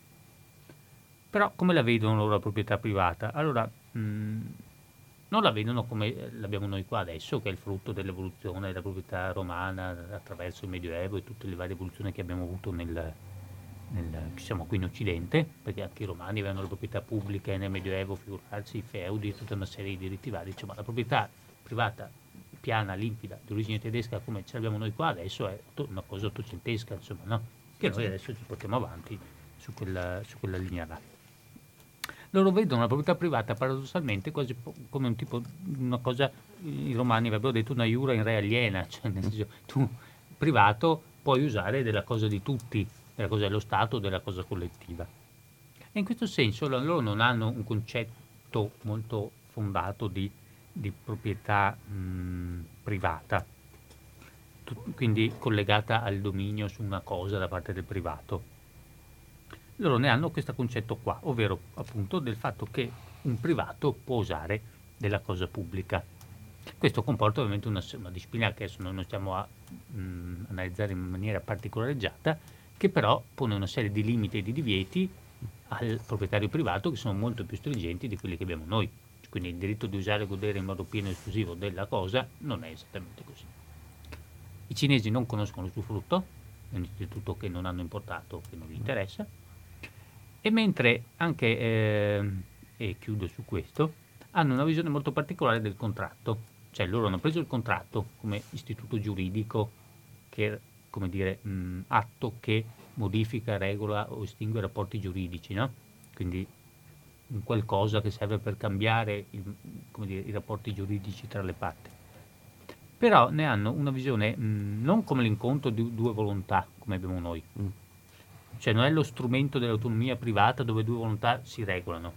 Però come la vedono loro la proprietà privata? Allora, mh, non la vedono come l'abbiamo noi qua adesso, che è il frutto dell'evoluzione della proprietà romana attraverso il Medioevo e tutte le varie evoluzioni che abbiamo avuto nel, nel, diciamo, qui in Occidente, perché anche i romani avevano le proprietà pubbliche nel Medioevo, figurarsi, i feudi, tutta una serie di diritti vari. Insomma, la proprietà privata piana, limpida, di origine tedesca come ce l'abbiamo noi qua adesso è una cosa ottocentesca, insomma, no? Che noi adesso ci portiamo avanti su quella, su quella linea là. Loro vedono la proprietà privata paradossalmente quasi come un tipo, una cosa, i romani avrebbero detto una iura in re aliena, cioè nel senso, tu privato puoi usare della cosa di tutti, della cosa dello Stato, della cosa collettiva. E in questo senso loro non hanno un concetto molto fondato di, di proprietà mh, privata, quindi collegata al dominio su una cosa da parte del privato. Loro ne hanno questo concetto qua, ovvero appunto del fatto che un privato può usare della cosa pubblica. Questo comporta ovviamente una, una disciplina che adesso noi non stiamo a mh, analizzare in maniera particolareggiata, che però pone una serie di limiti e di divieti al proprietario privato che sono molto più stringenti di quelli che abbiamo noi. Quindi il diritto di usare e godere in modo pieno e esclusivo della cosa non è esattamente così. I cinesi non conoscono l'usufrutto, è un istituto che non hanno importato, che non gli interessa. E mentre anche, eh, e chiudo su questo, hanno una visione molto particolare del contratto, cioè loro hanno preso il contratto come istituto giuridico, che come dire, mh, atto che modifica, regola o estingue rapporti giuridici, no? Quindi un qualcosa che serve per cambiare il, come dire, i rapporti giuridici tra le parti. Però ne hanno una visione mh, non come l'incontro di due volontà, come abbiamo noi. Mm. Cioè non è lo strumento dell'autonomia privata dove due volontà si regolano.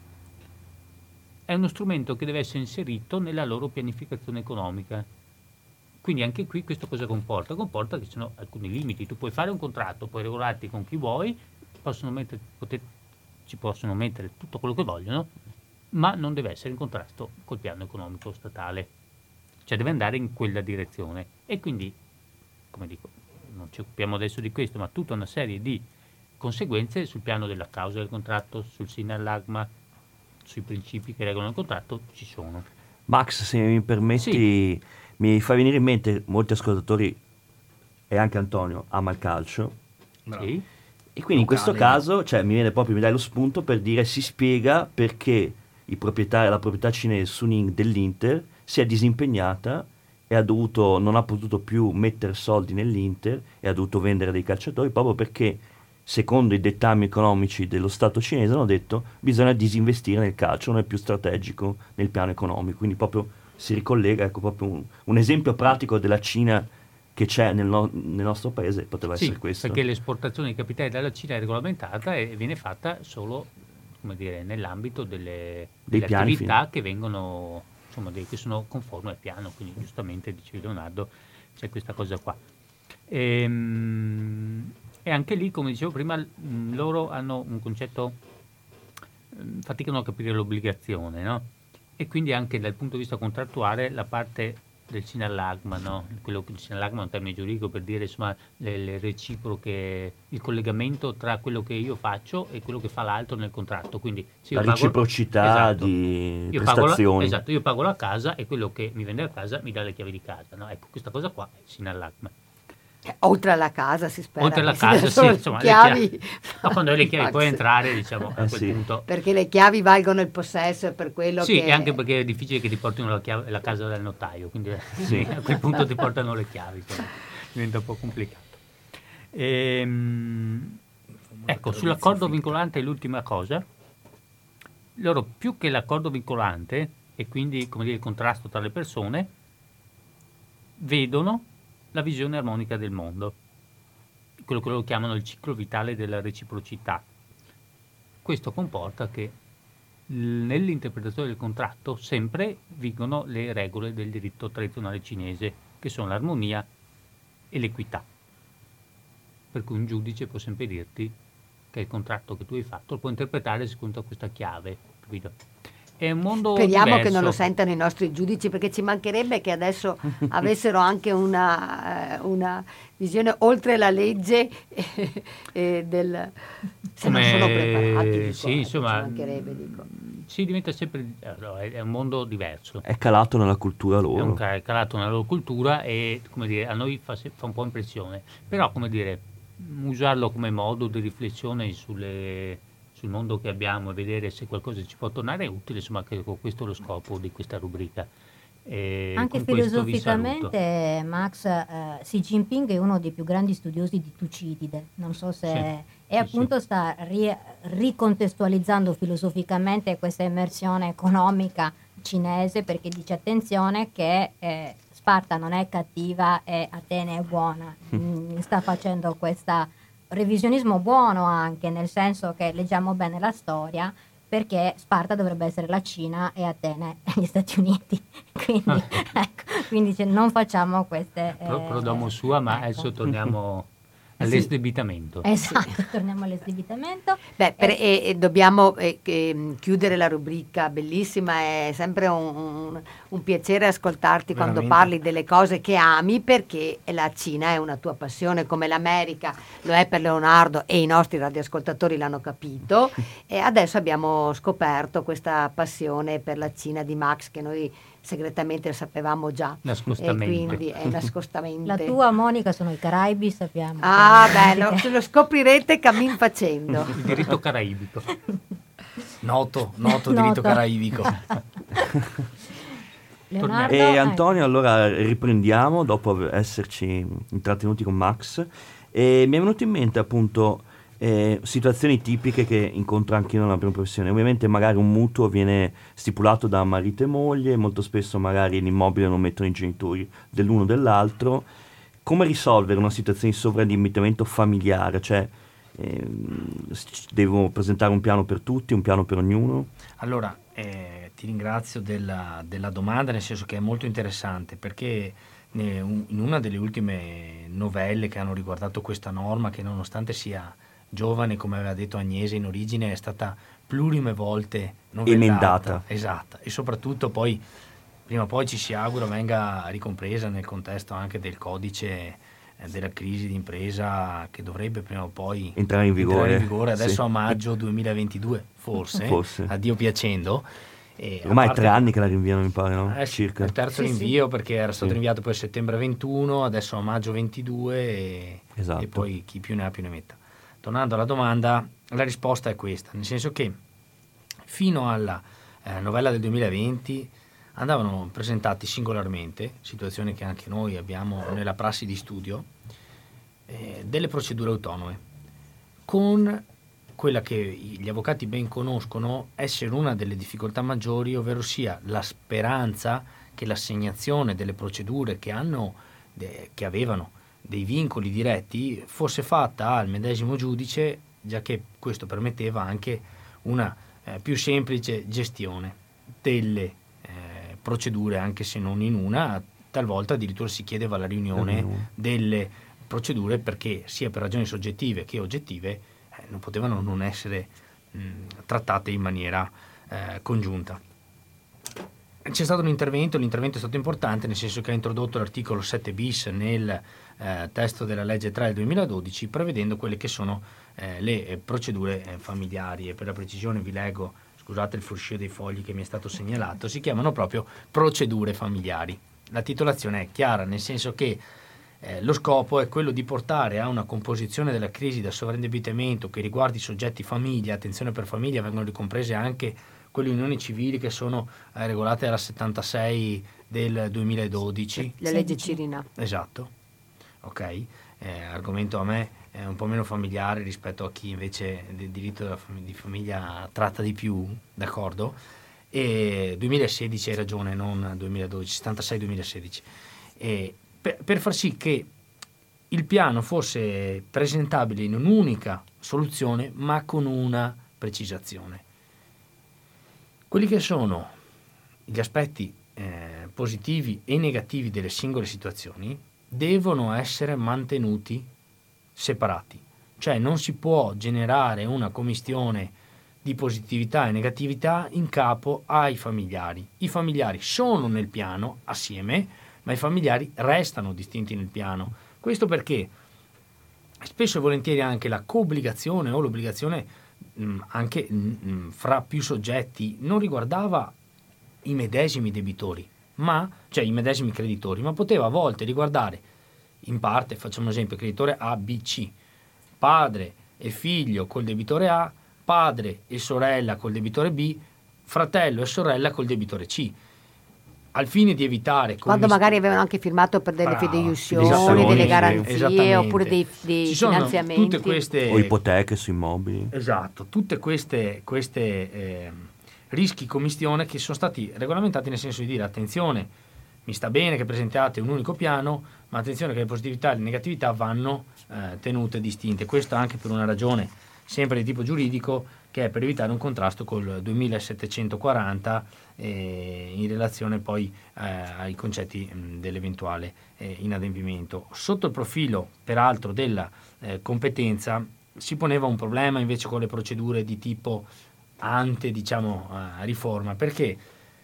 È uno strumento che deve essere inserito nella loro pianificazione economica. Quindi anche qui questo cosa comporta? Comporta che ci sono alcuni limiti. Tu puoi fare un contratto, puoi regolarti con chi vuoi, possono mettere, poter, ci possono mettere tutto quello che vogliono, ma non deve essere in contrasto col piano economico statale. Cioè deve andare in quella direzione. E quindi, come dico, non ci occupiamo adesso di questo, ma tutta una serie di conseguenze sul piano della causa del contratto, sul sinallagma, sui principi che regolano il contratto ci sono. Max, se mi permetti, sì. Mi fa venire in mente, molti ascoltatori e anche Antonio ama il calcio, sì. E quindi in questo caso, cioè, mi viene proprio, mi dai lo spunto per dire, si spiega perché il proprietario, la proprietà cinese Suning dell'Inter si è disimpegnata e ha dovuto, non ha potuto più mettere soldi nell'Inter e ha dovuto vendere dei calciatori proprio perché secondo i dettami economici dello Stato cinese hanno detto bisogna disinvestire nel calcio, non è più strategico nel piano economico, quindi proprio si ricollega, ecco, proprio un, un esempio pratico della Cina che c'è nel, no, nel nostro paese poteva sì, essere questo. Perché l'esportazione di capitali dalla Cina è regolamentata e viene fatta solo, come dire, nell'ambito delle, delle attività fine. che vengono, insomma, dei, che sono conformi al piano, quindi giustamente dicevi Leonardo, c'è questa cosa qua. Ehm, E anche lì, come dicevo prima, mh, loro hanno un concetto, mh, faticano a capire l'obbligazione, no? E quindi anche dal punto di vista contrattuale la parte del sinallagma, no? Quello che il sinallagma è un termine giuridico per dire, insomma, le, le reciproche, il collegamento tra quello che io faccio e quello che fa l'altro nel contratto. Quindi se io la pago, reciprocità esatto, di io prestazioni. Pago la, esatto, io pago la casa e quello che mi vende la casa mi dà le chiavi di casa, no? Ecco, questa cosa qua è il sinallagma. Oltre alla casa si spera. Oltre alla che casa, siano sì, insomma, le chiavi. chiavi. No, quando hai le chiavi puoi entrare, diciamo, a Eh, quel sì. punto. Perché le chiavi valgono il possesso e per quello Sì, che... e anche perché è difficile che ti portino la, chiave, la casa del notaio, quindi sì, a quel punto ti portano le chiavi, insomma, diventa un po' complicato. Ehm, ecco, sull'accordo vincolante è l'ultima cosa. Loro, più che l'accordo vincolante, e quindi, come dire, il contrasto tra le persone, vedono la visione armonica del mondo, quello che loro chiamano il ciclo vitale della reciprocità. Questo comporta che nell'interpretazione del contratto sempre vigono le regole del diritto tradizionale cinese, che sono l'armonia e l'equità. Per cui un giudice può sempre dirti che il contratto che tu hai fatto lo può interpretare secondo questa chiave, capito? È un mondo Speriamo diverso. che non lo sentano i nostri giudici, perché ci mancherebbe che adesso avessero anche una, eh, una visione oltre la legge eh, eh, del... se Come- non sono preparati, dico, sì, ecco, insomma, ci mancherebbe, dico. Si diventa sempre allora, è è un mondo diverso. È calato nella cultura È loro. un ca- è calato nella loro cultura e, come dire, a noi fa, se- fa un po' impressione. Però, come dire, usarlo come modo di riflessione sulle- sul mondo che abbiamo e vedere se qualcosa ci può tornare è utile, insomma, che questo è lo scopo di questa rubrica. E Anche con questo vi saluto. filosoficamente, Max, eh, Xi Jinping è uno dei più grandi studiosi di Tucidide, non so se... Sì, e sì, appunto sì. sta ri- ricontestualizzando filosoficamente questa immersione economica cinese, perché dice attenzione che eh, Sparta non è cattiva e Atene è buona. Mm, sta facendo questo revisionismo buono anche, nel senso che leggiamo bene la storia, perché Sparta dovrebbe essere la Cina e Atene gli Stati Uniti. Quindi, ecco, quindi dice, non facciamo queste... Pro, eh, pro domo sua, ma ecco. adesso torniamo Sì. all'esdebitamento. Esatto, torniamo all'esdebitamento. Beh, per- Eh, e, e dobbiamo eh, che- chiudere la rubrica, bellissima, è sempre un, un- un piacere ascoltarti quando Veramente. parli delle cose che ami, perché la Cina è una tua passione, come l'America lo è per Leonardo, e i nostri radioascoltatori l'hanno capito, e adesso abbiamo scoperto questa passione per la Cina di Max, che noi segretamente lo sapevamo già, e Nascostamente. quindi è nascostamente. La tua, Monica, sono i Caraibi, sappiamo. Ah, Quindi- bello, se lo scoprirete cammin facendo. Il diritto caraibico. Noto, noto Noto. diritto caraibico. Leonardo, E ecco. Antonio, allora riprendiamo dopo esserci intrattenuti con Max, e mi è venuto in mente appunto eh, situazioni tipiche che incontro anche io nella prima professione. Ovviamente magari un mutuo viene stipulato da marito e moglie, molto spesso magari l'immobile non mettono i genitori dell'uno o dell'altro. Come risolvere una situazione di sovraindebitamento familiare? Cioè ehm, s- devo presentare un piano per tutti, un piano per ognuno? Allora, eh, ti ringrazio della, della domanda, nel senso che è molto interessante, perché ne- un- in una delle ultime novelle che hanno riguardato questa norma, che nonostante sia giovane, come aveva detto Agnese in origine, è stata plurime volte novellata. Emendata. Esatto, e soprattutto poi, prima o poi ci si augura venga ricompresa nel contesto anche del codice eh, della crisi d'impresa, che dovrebbe prima o poi Entrare in vigore. in vigore adesso Sì. a maggio duemilaventidue, forse, Forse. a Dio piacendo. E a Ormai è parte tre che- anni che la rinviano, mi pare, no? eh sì, Circa. è il terzo Sì, rinvio, perché era stato Sì. rinviato poi a settembre ventuno, adesso a maggio ventidue e, Esatto. e poi chi più ne ha più ne metta. Tornando alla domanda, la risposta è questa, nel senso che fino alla eh, novella del duemilaventi andavano presentati singolarmente, situazione che anche noi abbiamo nella prassi di studio, eh, delle procedure autonome, con quella che gli avvocati ben conoscono essere una delle difficoltà maggiori, ovvero sia la speranza che l'assegnazione delle procedure che hanno, de- che avevano dei vincoli diretti fosse fatta al medesimo giudice, già che questo permetteva anche una eh, più semplice gestione delle eh, procedure, anche se non in una. Talvolta addirittura si chiedeva la riunione riunione. delle procedure, perché sia per ragioni soggettive che oggettive eh, non potevano non essere mh, trattate in maniera eh, congiunta. C'è stato un intervento, l'intervento è stato importante, nel senso che ha introdotto l'articolo sette bis nel eh, testo della legge tre del duemiladodici, prevedendo quelle che sono eh, le eh, procedure eh, familiari, e per la precisione vi leggo, scusate il fruscio dei fogli che mi è stato segnalato, si chiamano proprio procedure familiari. La titolazione è chiara, nel senso che Eh, lo scopo è quello di portare a una composizione della crisi da sovraindebitamento che riguardi i soggetti famiglia. Attenzione, per famiglia vengono ricomprese anche quelle unioni civili che sono eh, regolate dalla settantasei del duemiladodici. La legge Cirina. Esatto, ok. Eh, argomento a me è un po' meno familiare rispetto a chi invece del diritto della fam- di famiglia tratta di più, d'accordo? E duemilasedici, hai ragione, non duemiladodici, settantasei duemilasedici. E per, per far sì che il piano fosse presentabile in un'unica soluzione, ma con una precisazione. Quelli che sono gli aspetti eh, positivi e negativi delle singole situazioni devono essere mantenuti separati, cioè non si può generare una commistione di positività e negatività in capo ai familiari. I familiari sono nel piano assieme, ma i familiari restano distinti nel piano. Questo perché spesso e volentieri anche la coobbligazione o l'obbligazione mh, anche mh, fra più soggetti non riguardava i medesimi debitori, ma cioè i medesimi creditori, ma poteva a volte riguardare in parte, facciamo un esempio, creditore A, B, C, padre e figlio col debitore A, padre e sorella col debitore B, fratello e sorella col debitore C, al fine di evitare quando commis- magari avevano anche firmato per delle Brava, fideiussioni, esattamente, delle garanzie esattamente. oppure dei, dei Ci sono finanziamenti tutte queste O ipoteche su immobili. esatto, tutte queste, queste eh, rischi commistione che sono stati regolamentati nel senso di dire attenzione, mi sta bene che presentiate un unico piano, ma attenzione che le positività e le negatività vanno eh, tenute distinte. Questo anche per una ragione sempre di tipo giuridico, che è per evitare un contrasto col duemilasettecentoquaranta eh, in relazione poi eh, ai concetti mh, dell'eventuale eh, inadempimento. Sotto il profilo peraltro della eh, competenza si poneva un problema invece con le procedure di tipo ante, diciamo, eh, riforma, perché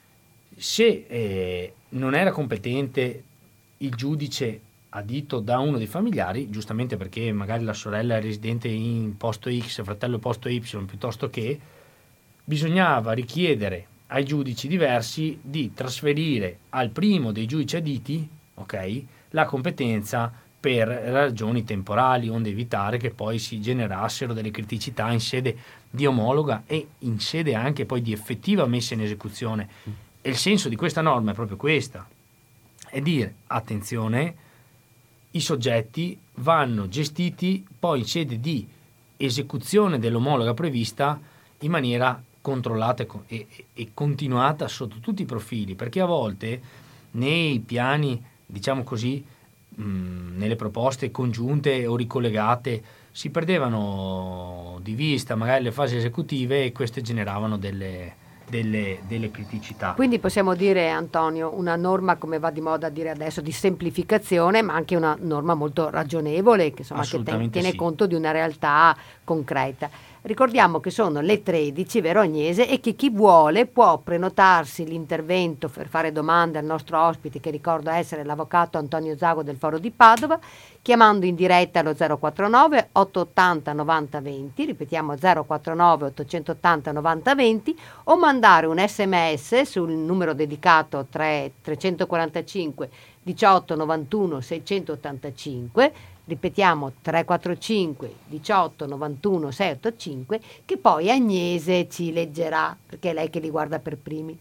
se eh, non era competente il giudice adito da uno dei familiari, giustamente perché magari la sorella è residente in posto X, fratello posto Y, piuttosto che, bisognava richiedere ai giudici diversi di trasferire al primo dei giudici aditi, ok, la competenza per ragioni temporali, onde evitare che poi si generassero delle criticità in sede di omologa e in sede anche poi di effettiva messa in esecuzione. E il senso di questa norma è proprio questa, è dire attenzione, i soggetti vanno gestiti poi in sede di esecuzione dell'omologa prevista in maniera controllata e, e, e continuata sotto tutti i profili, perché a volte nei piani, diciamo così, mh, nelle proposte congiunte o ricollegate si perdevano di vista magari le fasi esecutive e queste generavano delle Delle, delle criticità. Quindi possiamo dire, Antonio, una norma, come va di moda a dire adesso, di semplificazione, ma anche una norma molto ragionevole, che insomma che ten- tiene sì. conto di una realtà concreta. Ricordiamo che sono le tredici, vero Agnese, e che chi vuole può prenotarsi l'intervento per fare domande al nostro ospite, che ricordo essere l'avvocato Antonio Zago del Foro di Padova, chiamando in diretta allo zero quattro nove otto otto zero novanta venti, ripetiamo zero quattro nove otto otto zero novanta venti, o mandare un sms sul numero dedicato tre trecentoquarantacinque diciotto novantuno seicentottantacinque, ripetiamo tre quattro cinque diciotto novantuno seicentottantacinque, che poi Agnese ci leggerà, perché è lei che li guarda per primi.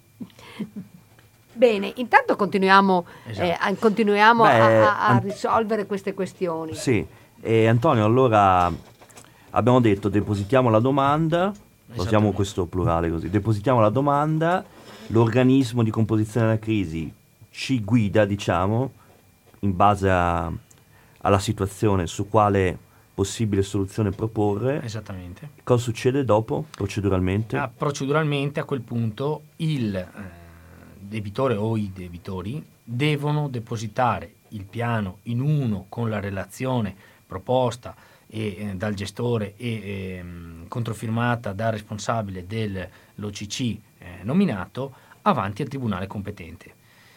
Bene, intanto continuiamo, Esatto. eh, a, continuiamo Beh, a, a, a an- risolvere queste questioni. Sì, e Antonio, allora abbiamo detto depositiamo la domanda, usiamo Esattamente. questo plurale così, depositiamo la domanda, l'organismo di composizione della crisi ci guida, diciamo, in base a, alla situazione su quale possibile soluzione proporre. Esattamente. Cosa succede dopo, proceduralmente? Ah, proceduralmente a quel punto il eh, debitore o i debitori devono depositare il piano in uno con la relazione proposta e, eh, dal gestore e ehm, controfirmata dal responsabile dell'O C C eh, nominato avanti al tribunale competente.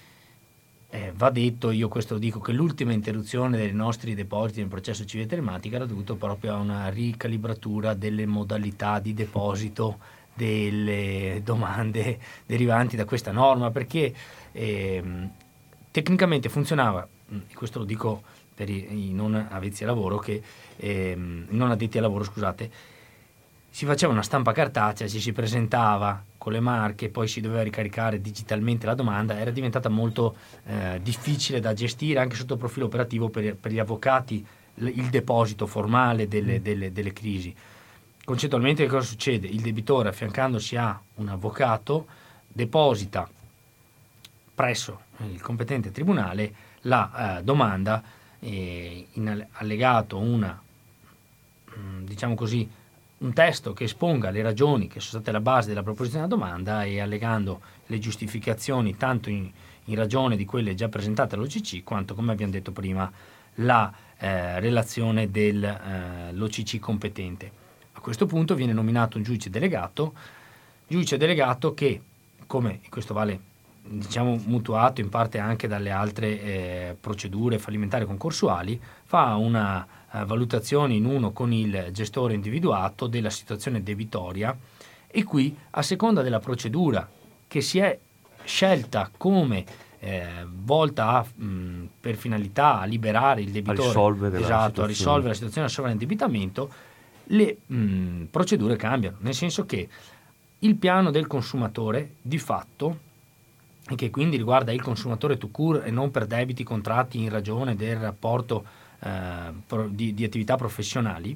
Eh, va detto, io questo lo dico, che l'ultima interruzione dei nostri depositi nel processo civile telematico era dovuto proprio a una ricalibratura delle modalità di deposito delle domande derivanti da questa norma, perché ehm, tecnicamente funzionava, e questo lo dico per i, i non avvezzi a lavoro, che ehm, non addetti al lavoro, scusate, si faceva una stampa cartacea, ci si presentava con le marche, poi si doveva ricaricare digitalmente la domanda, era diventata molto eh, difficile da gestire anche sotto il profilo operativo per, per gli avvocati, l- il deposito formale delle, delle, delle crisi. Concettualmente che cosa succede? Il debitore, affiancandosi a un avvocato, deposita presso il competente tribunale la eh, domanda, eh, in allegato una, mh, diciamo così, un testo che esponga le ragioni che sono state la base della proposizione della domanda, e allegando le giustificazioni tanto in, in ragione di quelle già presentate all'O C C quanto, come abbiamo detto prima, la eh, relazione dell'O C C competente. A questo punto viene nominato un giudice delegato, giudice delegato che, come questo vale, diciamo, mutuato in parte anche dalle altre eh, procedure fallimentari concorsuali, fa una uh, valutazione in uno con il gestore individuato della situazione debitoria, e qui, a seconda della procedura che si è scelta come eh, volta a, mh, per finalità a liberare il debitore, a risolvere, esatto, la a risolvere la situazione del sovraindebitamento, le mh, procedure cambiano, nel senso che il piano del consumatore di fatto, e che quindi riguarda il consumatore tout court e non per debiti contratti in ragione del rapporto eh, pro, di, di attività professionali,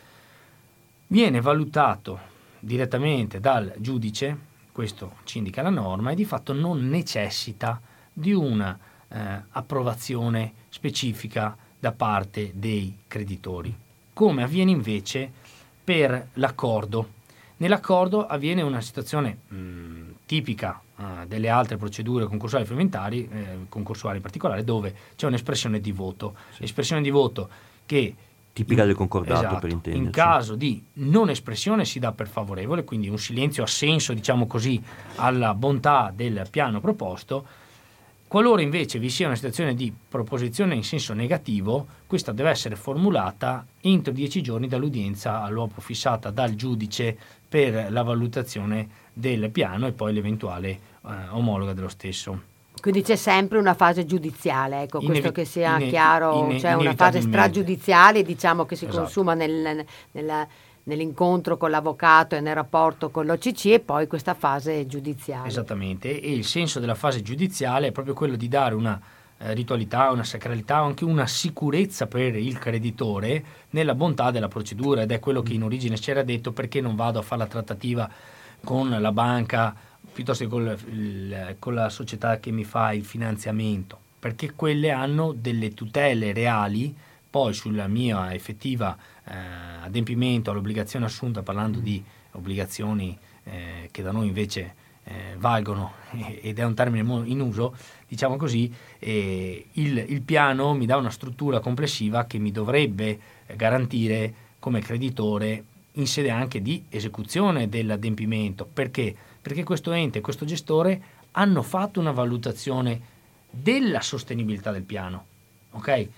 viene valutato direttamente dal giudice, questo ci indica la norma, e di fatto non necessita di una eh, approvazione specifica da parte dei creditori, come avviene invece per l'accordo. Nell'accordo avviene una situazione mh, tipica uh, delle altre procedure concorsuali fallimentari, eh, concorsuali in particolare, dove c'è un'espressione di voto. Sì. Espressione di voto che tipica in, del concordato, esatto, per intenderci. In caso di non espressione si dà per favorevole, quindi un silenzio assenso, diciamo così, alla bontà del piano proposto. Qualora invece vi sia una situazione di proposizione in senso negativo, questa deve essere formulata entro dieci giorni dall'udienza all'uopo fissata dal giudice per la valutazione del piano e poi l'eventuale eh, omologa dello stesso. Quindi c'è sempre una fase giudiziale, ecco, Inevi- questo che sia ine- chiaro, ine- c'è una fase stragiudiziale, diciamo, che si Esatto. consuma nel, nella, nell'incontro con l'avvocato e nel rapporto con l'O C C, e poi questa fase giudiziale. Esattamente, e il senso della fase giudiziale è proprio quello di dare una eh, ritualità, una sacralità, anche una sicurezza per il creditore nella bontà della procedura, ed è quello che in origine c'era detto: perché non vado a fare la trattativa con la banca piuttosto che col, il, con la società che mi fa il finanziamento, perché quelle hanno delle tutele reali poi sulla mia effettiva eh, adempimento all'obbligazione assunta, parlando di obbligazioni eh, che da noi invece eh, valgono, ed è un termine in uso, diciamo così, eh, il, il piano mi dà una struttura complessiva che mi dovrebbe garantire come creditore in sede anche di esecuzione dell'adempimento. Perché? Perché questo ente e questo gestore hanno fatto una valutazione della sostenibilità del piano, ok?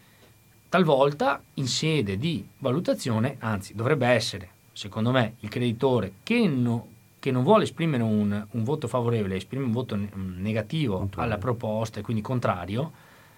Talvolta in sede di valutazione, anzi dovrebbe essere, secondo me, il creditore che, no, che non vuole esprimere un, un voto favorevole, esprime un voto negativo Contrario. alla proposta e quindi contrario,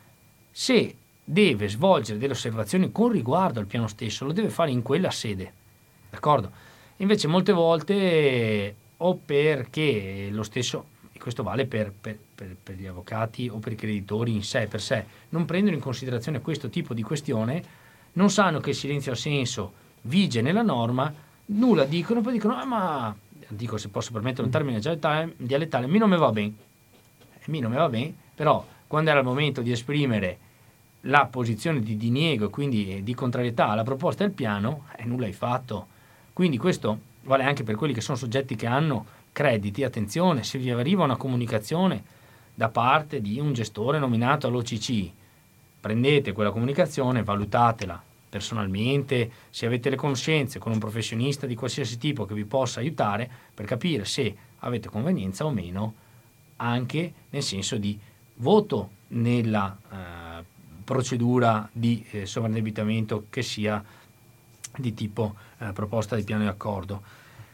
se deve svolgere delle osservazioni con riguardo al piano stesso, lo deve fare in quella sede, d'accordo? Invece molte volte, o perché lo stesso, e questo vale per, per, per, per gli avvocati o per i creditori in sé per sé, non prendono in considerazione questo tipo di questione, non sanno che il silenzio assenso vige nella norma, nulla dicono, poi dicono: ah, ma dico, se posso permettere un termine dialettale, dialettale mi non mi va bene, mi non mi va bene, però quando era il momento di esprimere la posizione di diniego e quindi di contrarietà alla proposta del piano, eh, nulla hai fatto. Quindi questo vale anche per quelli che sono soggetti che hanno crediti. Attenzione, se vi arriva una comunicazione da parte di un gestore nominato all'O C C, prendete quella comunicazione, valutatela personalmente, se avete le conoscenze con un professionista di qualsiasi tipo che vi possa aiutare per capire se avete convenienza o meno, anche nel senso di voto nella eh, procedura di eh, sovraindebitamento che sia di tipo eh, proposta di piano di accordo.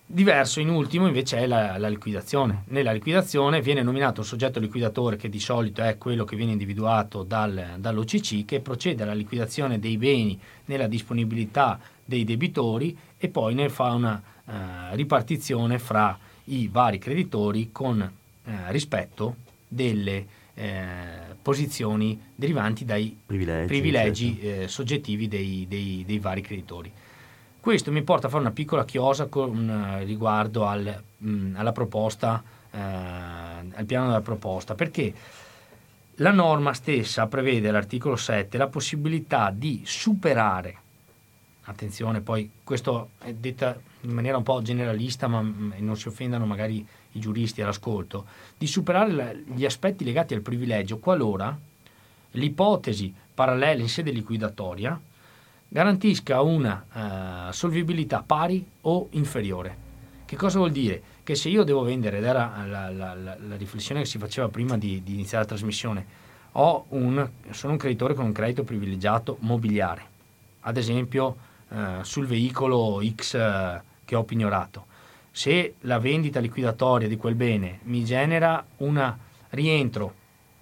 Diverso in ultimo invece è la, la liquidazione. Nella liquidazione viene nominato un soggetto liquidatore, che di solito è quello che viene individuato dal, dall'O C C, che procede alla liquidazione dei beni nella disponibilità dei debitori e poi ne fa una uh, ripartizione fra i vari creditori con uh, rispetto delle uh, posizioni derivanti dai privilegi, privilegi certo. eh, soggettivi dei, dei, dei vari creditori. Questo mi porta a fare una piccola chiosa con uh, riguardo al, mh, alla proposta, uh, al piano della proposta, perché la norma stessa prevede, all'articolo sette, la possibilità di superare, attenzione, poi questo è detta in maniera un po' generalista, ma mh, non si offendano magari i giuristi all'ascolto, di superare la, gli aspetti legati al privilegio qualora l'ipotesi parallela in sede liquidatoria garantisca una uh, solvibilità pari o inferiore. Che cosa vuol dire? Che se io devo vendere, ed era la, la, la, la riflessione che si faceva prima di, di iniziare la trasmissione, ho un, sono un creditore con un credito privilegiato mobiliare, ad esempio uh, sul veicolo X uh, che ho pignorato. Se la vendita liquidatoria di quel bene mi genera un rientro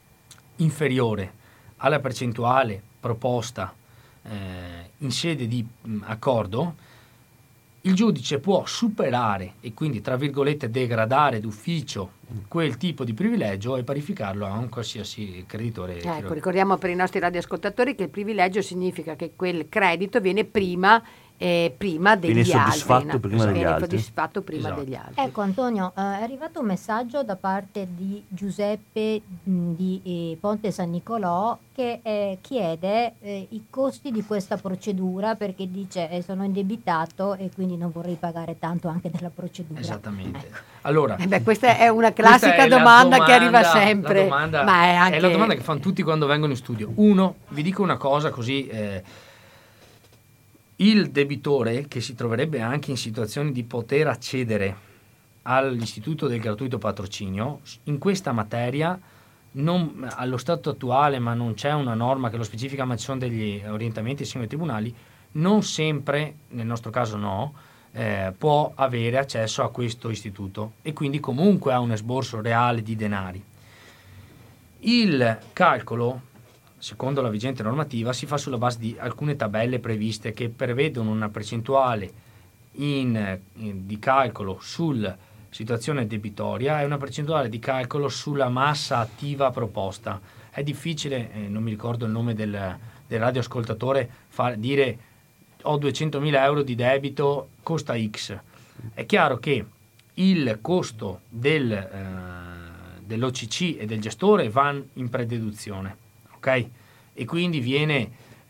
inferiore alla percentuale proposta Eh, in sede di mh, accordo, il giudice può superare e quindi tra virgolette degradare d'ufficio quel tipo di privilegio e parificarlo a un qualsiasi creditore. Ecco, ricordiamo per i nostri radioascoltatori che il privilegio significa che quel credito viene prima eh, prima degli viene altri, soddisfatto no? prima viene degli altri. soddisfatto prima Esatto. degli altri. Ecco Antonio, eh, è arrivato un messaggio da parte di Giuseppe mh, di eh, Ponte San Nicolò che eh, chiede eh, i costi di questa procedura, perché dice eh, sono indebitato e quindi non vorrei pagare tanto anche della procedura. Esattamente. Ecco. Allora, Eh beh, questa è una classica è domanda, domanda che arriva sempre, la domanda, ma è anche è la domanda che fanno tutti quando vengono in studio. Uno, vi dico una cosa così, eh, il debitore che si troverebbe anche in situazione di poter accedere all'istituto del gratuito patrocinio, in questa materia, non, allo stato attuale, ma non c'è una norma che lo specifica, ma ci sono degli orientamenti singoli tribunali, non sempre, nel nostro caso no, eh, può avere accesso a questo istituto e quindi comunque ha un esborso reale di denari. Il calcolo, secondo la vigente normativa, si fa sulla base di alcune tabelle previste che prevedono una percentuale in, in, di calcolo sulla situazione debitoria e una percentuale di calcolo sulla massa attiva proposta. È difficile, eh, non mi ricordo il nome del, del radioascoltatore, far, dire ho duecentomila euro di debito, costa X. È chiaro che il costo del, eh, dell'O C C e del gestore va in prededuzione. Okay? E quindi viene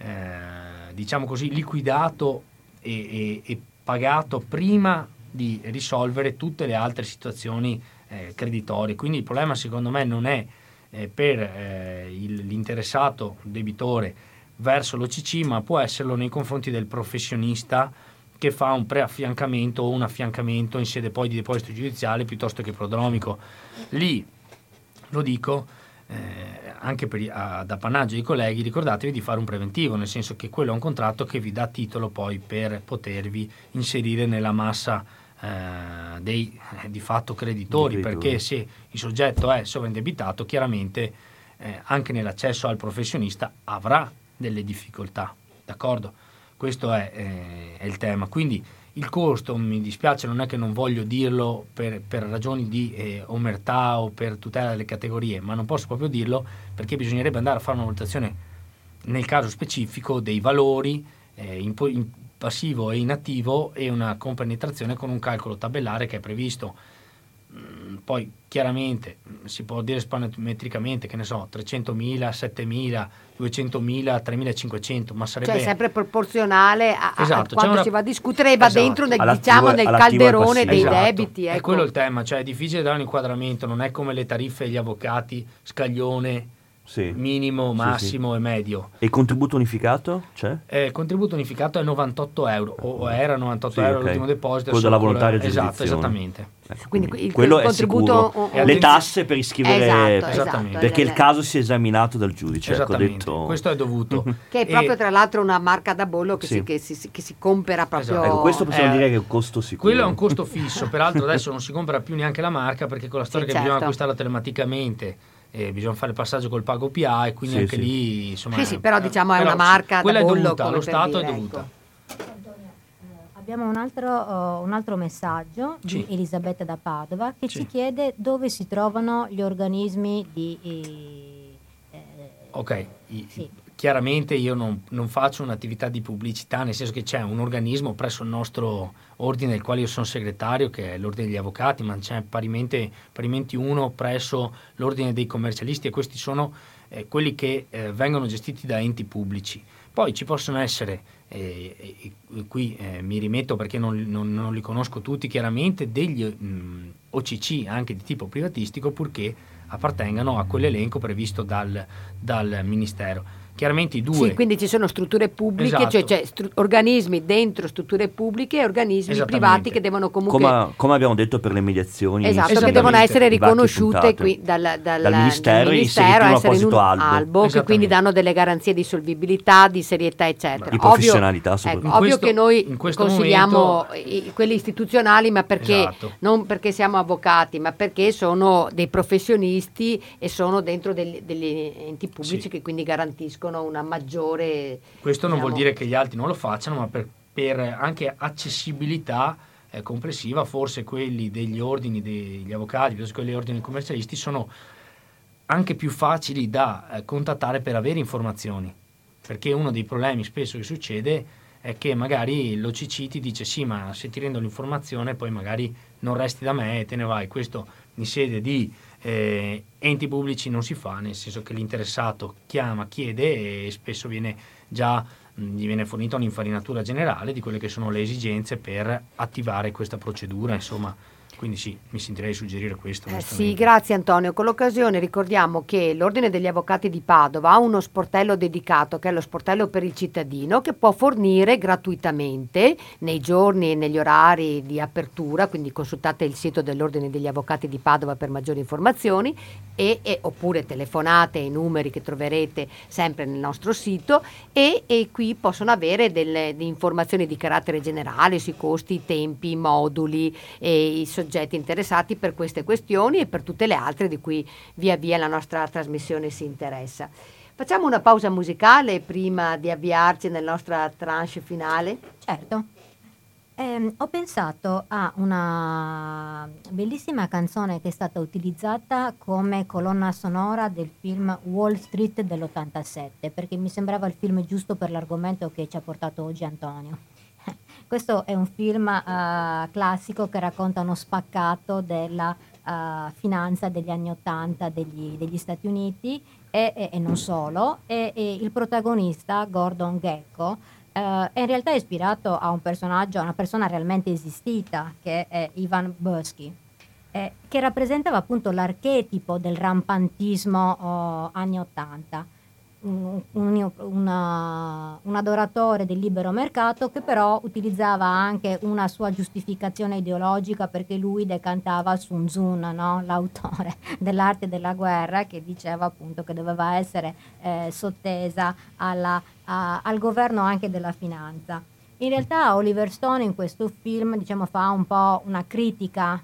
eh, diciamo così liquidato e, e, e pagato prima di risolvere tutte le altre situazioni eh, creditorie. Quindi il problema secondo me non è eh, per eh, il, l'interessato debitore verso l'O C C, ma può esserlo nei confronti del professionista che fa un preaffiancamento o un affiancamento in sede poi di deposito giudiziale piuttosto che prodromico. Lì, lo dico, Eh, anche per, ad appannaggio dei colleghi, ricordatevi di fare un preventivo, nel senso che quello è un contratto che vi dà titolo poi per potervi inserire nella massa eh, dei eh, di fatto creditori, Creditori. perché se il soggetto è sovraindebitato chiaramente eh, anche nell'accesso al professionista avrà delle difficoltà, d'accordo? Questo è, eh, è il tema. Quindi il costo, mi dispiace, non è che non voglio dirlo per, per ragioni di eh, omertà o per tutela delle categorie, ma non posso proprio dirlo perché bisognerebbe andare a fare una valutazione nel caso specifico dei valori eh, in, in passivo e in attivo e una compenetrazione con un calcolo tabellare che è previsto. Mm, poi chiaramente si può dire spanometricamente, che ne so, trecentomila, settemila, duecentomila, tremilacinquecento, ma sarebbe... Cioè sempre proporzionale a, a Esatto, quanto una... si va a discutere e va esatto. dentro nel, All'attivo, diciamo, nel all'attivo calderone dei esatto. debiti. Ecco. È quello il tema, cioè è difficile dare un inquadramento, non è come le tariffe degli avvocati, scaglione, Sì. minimo, Sì, massimo sì. e medio. E il contributo unificato c'è? Eh, il contributo unificato è novantotto euro, o, o era novantotto Sì, euro ok. l'ultimo deposito. Quello adesso della ancora- volontaria Esatto, giurisdizione. esattamente. Ecco, Quindi quindi il- quello il è contributo- sicuro. o- o- Le tasse per iscrivere, Esatto, Esattamente. esatto. perché il Le- caso sia esaminato dal giudice. Ecco, Esattamente, detto... questo è dovuto. Che è E- proprio tra l'altro una marca da bollo che, Sì. si, che, si, che si compra proprio. Esatto. Ecco, questo possiamo Eh, dire che è un costo sicuro. Quello è un costo fisso, peraltro adesso non si compra più neanche la marca perché con la storia Sì, che bisogna certo. acquistarla telematicamente, eh, bisogna fare il passaggio col pago P A e quindi Sì, anche sì. lì insomma. Sì, sì, però diciamo è però una marca quella da è bollo, dovuta, come allo per Stato dire, è dovuta. ecco. Abbiamo un altro, uh, un altro messaggio di Sì. Elisabetta da Padova che Sì. ci chiede dove si trovano gli organismi di... eh, Ok, i- Sì. chiaramente io non, non faccio un'attività di pubblicità, nel senso che c'è un organismo presso il nostro ordine del quale io sono segretario, che è l'ordine degli avvocati, ma c'è parimente, parimenti uno presso l'ordine dei commercialisti, e questi sono eh, quelli che eh, vengono gestiti da enti pubblici. Poi ci possono essere, eh, e- e qui eh, mi rimetto perché non, non- non li conosco tutti chiaramente, degli mh, O C C anche di tipo privatistico, purché appartengano a quell'elenco previsto dal, dal Ministero. Chiaramente i due... Sì, quindi ci sono strutture pubbliche, Esatto. cioè, cioè stru- organismi dentro strutture pubbliche e organismi Esattamente. privati che devono comunque... Come, come abbiamo detto per le mediazioni. Esatto, che Esattamente. devono essere di varie riconosciute puntate. qui dal, dal, Dal Ministero e inserite in un essere in un apposito albo. albo, che Esattamente. quindi danno delle garanzie di solvibilità, di serietà, eccetera. Di Ovvio- professionalità, ecco, soprattutto. ovvio In questo- che noi in questo consigliamo momento- i- quelli istituzionali, ma perché Esatto. non perché siamo avvocati, ma perché sono dei professionisti e sono dentro degli, degli enti pubblici Sì. che quindi garantiscono una maggiore... Questo non vuol diciamo, dire che gli altri non lo facciano, ma per, per anche accessibilità eh, complessiva, forse quelli degli ordini degli avvocati, piuttosto che quelli degli ordini dei commercialisti, sono anche più facili da eh, contattare per avere informazioni. Perché uno dei problemi spesso che succede è che magari l'O C C ti dice sì, ma se ti rendo l'informazione poi magari non resti da me e te ne vai. Questo in sede di eh, enti pubblici non si fa, nel senso che l'interessato chiama, chiede e spesso viene già mh, gli viene fornita un'infarinatura generale di quelle che sono le esigenze per attivare questa procedura, insomma. Quindi sì, mi sentirei di suggerire questo. Eh, sì, onestamente. grazie Antonio. Con l'occasione ricordiamo che l'Ordine degli Avvocati di Padova ha uno sportello dedicato, che è lo sportello per il cittadino, che può fornire gratuitamente nei giorni e negli orari di apertura, quindi consultate il sito dell'Ordine degli Avvocati di Padova per maggiori informazioni, e, e- oppure telefonate ai numeri che troverete sempre nel nostro sito, e, e qui possono avere delle, delle informazioni di carattere generale sui costi, i tempi, i moduli e i soggetti interessati per queste questioni e per tutte le altre di cui via via la nostra trasmissione si interessa. Facciamo una pausa musicale prima di avviarci nella nostra tranche finale. Certo. Ehm, ho pensato a una bellissima canzone che è stata utilizzata come colonna sonora del film Wall Street dell'ottantasette, perché mi sembrava il film giusto per l'argomento che ci ha portato oggi Antonio. Questo è un film eh, classico che racconta uno spaccato della eh, finanza degli anni Ottanta degli, degli Stati Uniti e, e- e non solo. E, e il protagonista, Gordon Gekko, eh, è in realtà ispirato a un personaggio, a una persona realmente esistita, che è Ivan Bursky, eh, che rappresentava appunto l'archetipo del rampantismo oh, anni Ottanta. Un, un- una- un adoratore del libero mercato che però utilizzava anche una sua giustificazione ideologica, perché lui decantava Sun Tzu, no? L'autore dell'arte della guerra, che diceva appunto che doveva essere eh, sottesa alla- a- al governo anche della finanza. In realtà Oliver Stone in questo film, diciamo, fa un po' una critica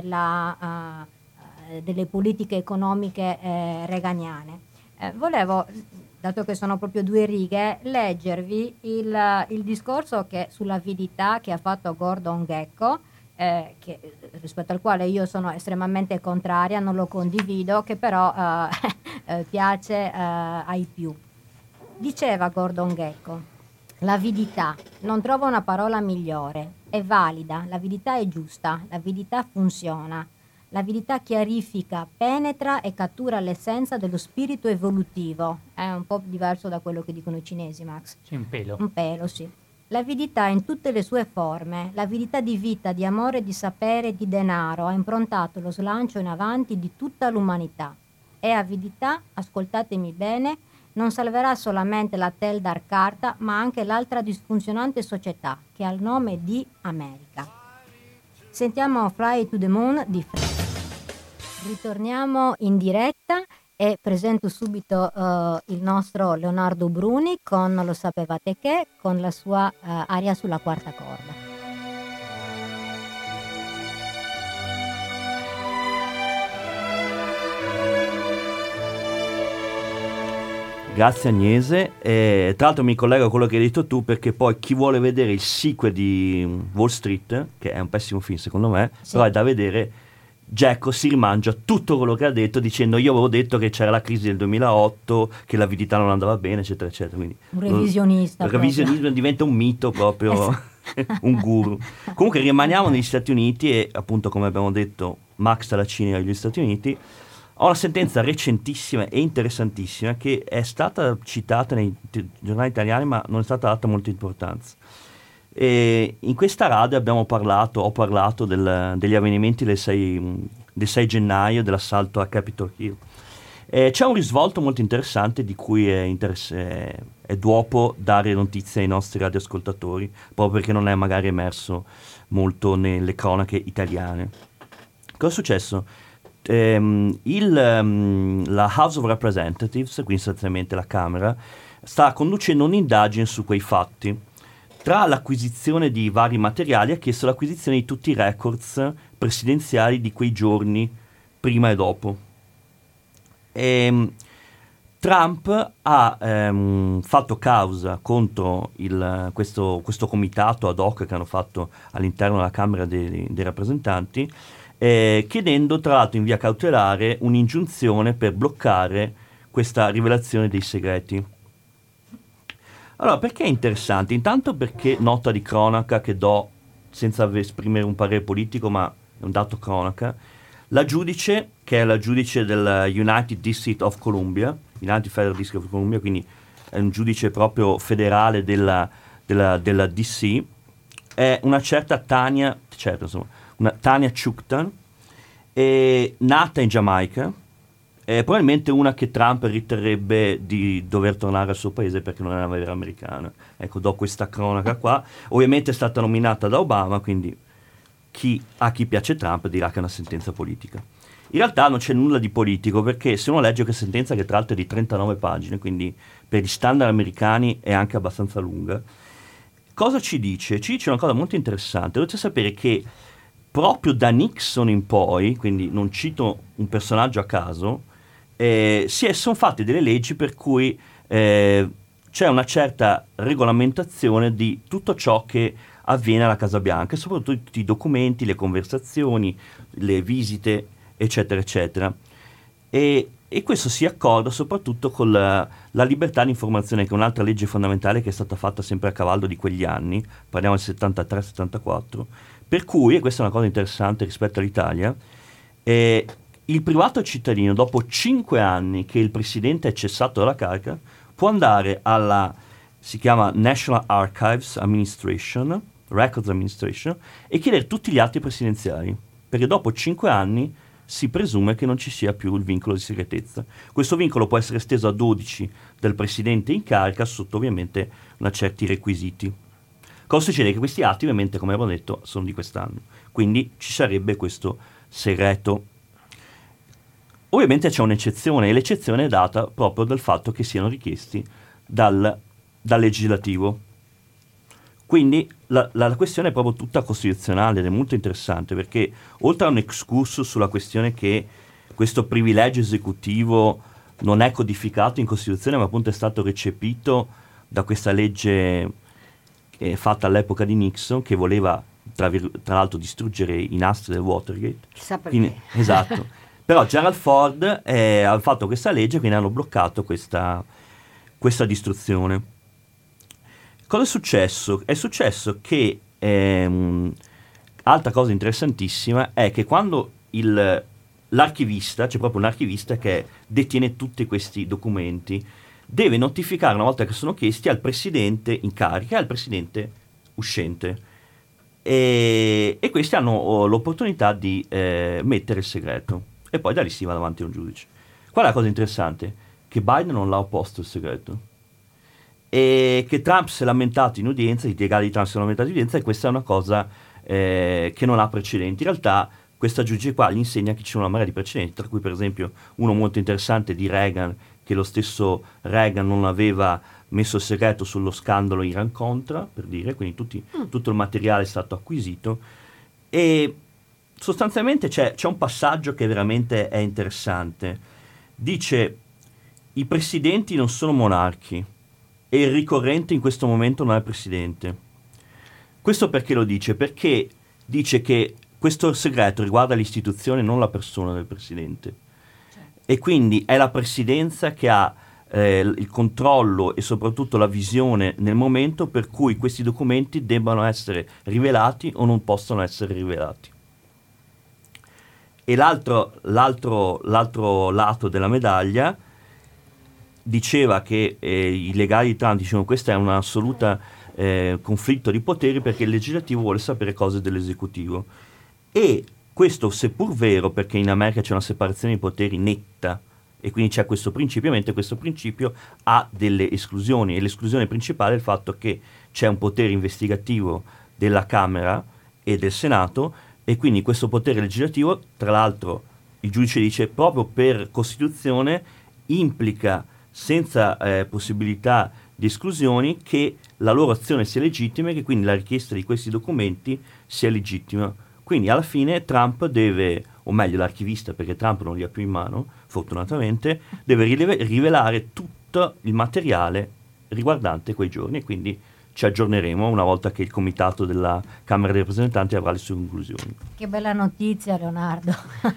della, eh, delle politiche economiche eh, reganiane. Eh, volevo, dato che sono proprio due righe, leggervi il, il discorso che, sull'avidità che ha fatto Gordon Gekko, eh, che, rispetto al quale io sono estremamente contraria, non lo condivido, che però eh, eh, piace eh, ai più. Diceva Gordon Gekko: l'avidità, non trovo una parola migliore, è valida, l'avidità è giusta, l'avidità funziona. L'avidità chiarifica, penetra e cattura l'essenza dello spirito evolutivo. È un po' diverso da quello che dicono i cinesi, Max. Sì, un pelo. Un pelo, sì. L'avidità in tutte le sue forme, l'avidità di vita, di amore, di sapere, di denaro, ha improntato lo slancio in avanti di tutta l'umanità. e avidità, ascoltatemi bene, non salverà solamente la Teldar Carta, ma anche l'altra disfunzionante società che ha il nome di America. Sentiamo Fly to the Moon di Fred. Ritorniamo in diretta e presento subito uh, il nostro Leonardo Bruni con Lo sapevate che, con la sua uh, aria sulla quarta corda. Grazie Agnese, e tra l'altro mi collego a quello che hai detto tu, perché poi chi vuole vedere il sequel di Wall Street, che è un pessimo film secondo me, sì, però è da vedere, Jacko si rimangia tutto quello che ha detto dicendo io avevo detto che c'era la crisi del duemilaotto, che l'avidità non andava bene, eccetera eccetera. Quindi un revisionista. Il revisionismo diventa un mito proprio, un guru. Comunque rimaniamo negli Stati Uniti e appunto, come abbiamo detto, Max Talaccini agli Stati Uniti. Ho una sentenza recentissima e interessantissima che è stata citata nei t- giornali italiani, ma non è stata data molta importanza. E in questa radio abbiamo parlato, ho parlato del, degli avvenimenti del sei, del sei gennaio, dell'assalto a Capitol Hill. E c'è un risvolto molto interessante di cui è, interess- è, è dopo dare notizie ai nostri radioascoltatori, proprio perché non è magari emerso molto nelle cronache italiane. Cosa è successo? Um, il, um, la House of Representatives, quindi sostanzialmente la Camera, sta conducendo un'indagine su quei fatti. Tra l'acquisizione di vari materiali ha chiesto l'acquisizione di tutti i records presidenziali di quei giorni, prima e dopo. E, um, Trump ha um, fatto causa contro il, questo, questo comitato ad hoc che hanno fatto all'interno della Camera dei, dei rappresentanti, Eh, chiedendo tra l'altro in via cautelare un'ingiunzione per bloccare questa rivelazione dei segreti. Allora, perché è interessante? Intanto perché nota di cronaca che do senza esprimere un parere politico, ma è un dato cronaca. La giudice, che è la giudice del United District of Columbia, United Federal District of Columbia, quindi è un giudice proprio federale della, della, della D C, è una certa Tanya, certo insomma, una Tanya Chutkan, è nata in Giamaica, è probabilmente una che Trump riterrebbe di dover tornare al suo paese perché non è una vera americana. Ecco, do questa cronaca qua. Ovviamente è stata nominata da Obama, quindi chi, a chi piace Trump dirà che è una sentenza politica. In realtà non c'è nulla di politico, perché se uno legge questa sentenza, che tra l'altro è di trentanove pagine, quindi per gli standard americani è anche abbastanza lunga, cosa ci dice? Ci dice una cosa molto interessante. Dovete sapere che proprio da Nixon in poi, quindi non cito un personaggio a caso, eh, si è, sono fatte delle leggi per cui eh, c'è una certa regolamentazione di tutto ciò che avviene alla Casa Bianca, e soprattutto tutti i documenti, le conversazioni, le visite, eccetera, eccetera. E, e questo si accorda soprattutto con la, la libertà di informazione, che è un'altra legge fondamentale che è stata fatta sempre a cavallo di quegli anni, parliamo del settantatré settantaquattro, per cui, e questa è una cosa interessante rispetto all'Italia, eh, il privato cittadino, dopo cinque anni che il presidente è cessato dalla carica, può andare alla, si chiama National Archives Administration, Records Administration, e chiedere tutti gli atti presidenziali, perché dopo cinque anni si presume che non ci sia più il vincolo di segretezza. Questo vincolo può essere esteso a dodici del presidente in carica, sotto ovviamente una certi requisiti. Cosa succede? Che questi atti, ovviamente, come abbiamo detto, sono di quest'anno, quindi ci sarebbe questo segreto. Ovviamente c'è un'eccezione, e l'eccezione è data proprio dal fatto che siano richiesti dal, dal legislativo. Quindi la, la, la questione è proprio tutta costituzionale ed è molto interessante, perché oltre a un excursus sulla questione che questo privilegio esecutivo non è codificato in Costituzione, ma appunto è stato recepito da questa legge eh, fatta all'epoca di Nixon, che voleva tra, tra l'altro distruggere i nastri del Watergate. Chissà perché. Quindi, esatto. Però Gerald Ford eh, ha fatto questa legge, quindi hanno bloccato questa, questa distruzione. Cosa è successo? È successo che, ehm, altra cosa interessantissima, è che quando il, l'archivista, c'è proprio un archivista che detiene tutti questi documenti, deve notificare, una volta che sono chiesti, al presidente in carica e al presidente uscente. E, e questi hanno oh, l'opportunità di eh, mettere il segreto. E poi da lì si va davanti a un giudice. Qual è la cosa interessante? Che Biden non l'ha opposto il segreto. E che Trump si è lamentato in udienza, i legali di Trump si sono lamentati in udienza, e questa è una cosa eh, che non ha precedenti. In realtà questa giudice qua gli insegna che ci sono una marea di precedenti, tra cui per esempio uno molto interessante di Reagan, che lo stesso Reagan non aveva messo il segreto sullo scandalo Iran-Contra, per dire, quindi tutti, mm. tutto il materiale è stato acquisito. E sostanzialmente c'è, c'è un passaggio che veramente è interessante. Dice: i presidenti non sono monarchi e il ricorrente in questo momento non è presidente. Questo perché lo dice? Perché dice che questo segreto riguarda l'istituzione, non la persona del presidente. Certo. E quindi è la presidenza che ha eh, il controllo e soprattutto la visione nel momento per cui questi documenti debbano essere rivelati o non possono essere rivelati. E l'altro, l'altro, l'altro lato della medaglia diceva che eh, i legali di Trump dicevano che questo è un assoluto eh, conflitto di poteri, perché il legislativo vuole sapere cose dell'esecutivo. E questo, seppur vero, perché in America c'è una separazione di poteri netta e quindi c'è questo principio, ovviamente questo principio ha delle esclusioni, e l'esclusione principale è il fatto che c'è un potere investigativo della Camera e del Senato, e quindi questo potere legislativo, tra l'altro il giudice dice, proprio per Costituzione implica senza eh, possibilità di esclusioni che la loro azione sia legittima e che quindi la richiesta di questi documenti sia legittima. Quindi alla fine Trump deve, o meglio l'archivista, perché Trump non li ha più in mano, fortunatamente, deve rile- rivelare tutto il materiale riguardante quei giorni, e quindi ci aggiorneremo una volta che il comitato della Camera dei rappresentanti avrà le sue conclusioni. Che bella notizia, Leonardo.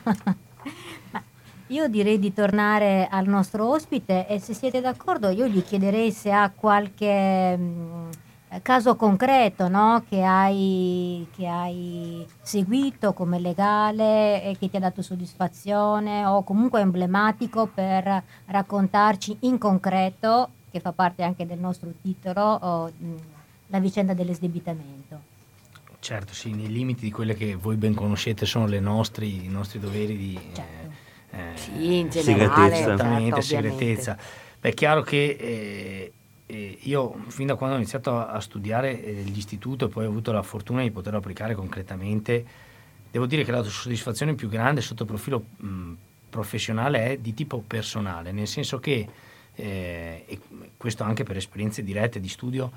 Ma io direi di tornare al nostro ospite, e se siete d'accordo io gli chiederei se ha qualche mh, caso concreto, no? che, hai, che hai seguito come legale e che ti ha dato soddisfazione, o comunque emblematico, per raccontarci in concreto, che fa parte anche del nostro titolo, o, mh, la vicenda dell'esdebitamento. Certo, sì, nei limiti di quelle che voi ben conoscete sono le nostri, i nostri doveri di certo. eh, sì, in generale, esattamente, certo, segretezza. Beh, è chiaro che eh, eh, io fin da quando ho iniziato a, a studiare eh, l'istituto, e poi ho avuto la fortuna di poterlo applicare concretamente, devo dire che la soddisfazione più grande sotto il profilo mh, professionale è di tipo personale, nel senso che Eh, e questo anche per esperienze dirette di studio,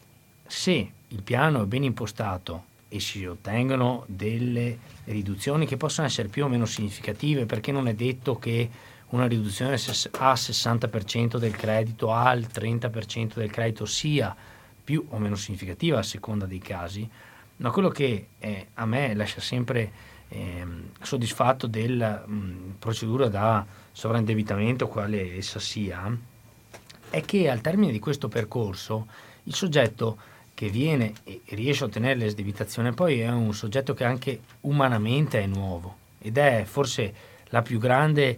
se il piano è ben impostato e si ottengono delle riduzioni che possono essere più o meno significative, perché non è detto che una riduzione al sessanta per cento del credito, al trenta per cento del credito sia più o meno significativa a seconda dei casi, ma quello che eh, a me lascia sempre eh, soddisfatto della mh, procedura da sovraindebitamento, quale essa sia, è che al termine di questo percorso il soggetto che viene e riesce a ottenere l'esdebitazione poi è un soggetto che anche umanamente è nuovo, ed è forse la più grande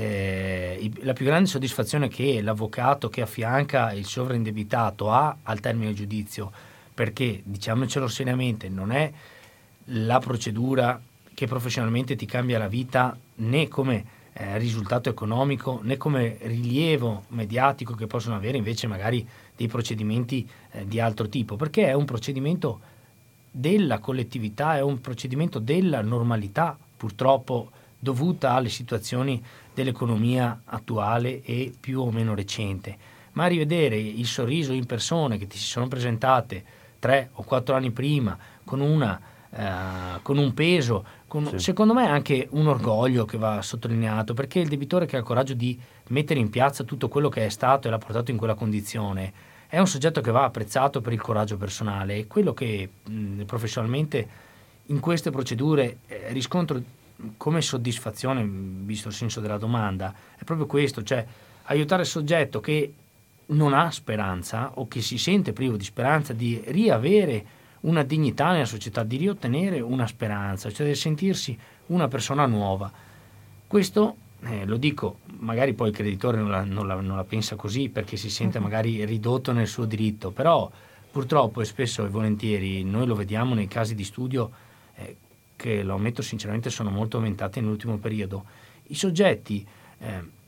eh, la più grande soddisfazione che l'avvocato che affianca il sovraindebitato ha al termine del giudizio, perché, diciamocelo seriamente, non è la procedura che professionalmente ti cambia la vita, né come eh, risultato economico, né come rilievo mediatico che possono avere invece magari dei procedimenti eh, di altro tipo, perché è un procedimento della collettività, è un procedimento della normalità, purtroppo dovuta alle situazioni dell'economia attuale e più o meno recente. Ma rivedere il sorriso in persone che ti si sono presentate tre o quattro anni prima con una Uh, con un peso, con, sì. secondo me anche un orgoglio che va sottolineato, perché il debitore che ha il coraggio di mettere in piazza tutto quello che è stato e l'ha portato in quella condizione è un soggetto che va apprezzato per il coraggio personale, e quello che mh, professionalmente in queste procedure eh, riscontro come soddisfazione, visto il senso della domanda, è proprio questo, cioè aiutare il soggetto che non ha speranza o che si sente privo di speranza di riavere una dignità nella società, di riottenere una speranza, cioè di sentirsi una persona nuova. Questo eh, lo dico, magari poi il creditore non la, non, la, non la pensa così perché si sente magari ridotto nel suo diritto, però purtroppo e spesso e volentieri noi lo vediamo nei casi di studio eh, che, lo ammetto sinceramente, sono molto aumentati nell'ultimo periodo. I soggetti eh,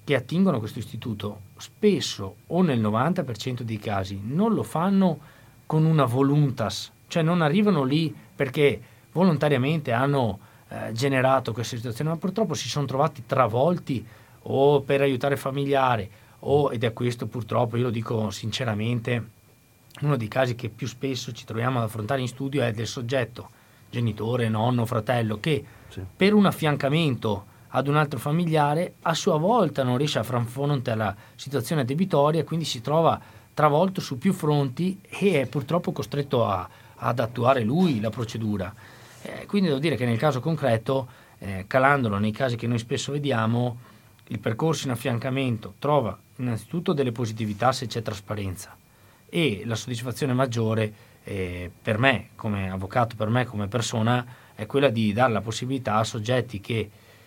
che attingono a questo istituto spesso o nel novanta per cento dei casi non lo fanno con una voluntas, cioè non arrivano lì perché volontariamente hanno eh, generato questa situazione, ma purtroppo si sono trovati travolti o per aiutare familiare o, ed è questo purtroppo, io lo dico sinceramente, uno dei casi che più spesso ci troviamo ad affrontare in studio è del soggetto, genitore, nonno, fratello, che Sì. per un affiancamento ad un altro familiare a sua volta non riesce a far fronte alla situazione debitoria e quindi si trova travolto su più fronti e è purtroppo costretto a, ad attuare lui la procedura. Eh, quindi devo dire che nel caso concreto, eh, calandolo nei casi che noi spesso vediamo, il percorso in affiancamento trova innanzitutto delle positività se c'è trasparenza e la soddisfazione maggiore eh, per me come avvocato, per me come persona, è quella di dare la possibilità a soggetti che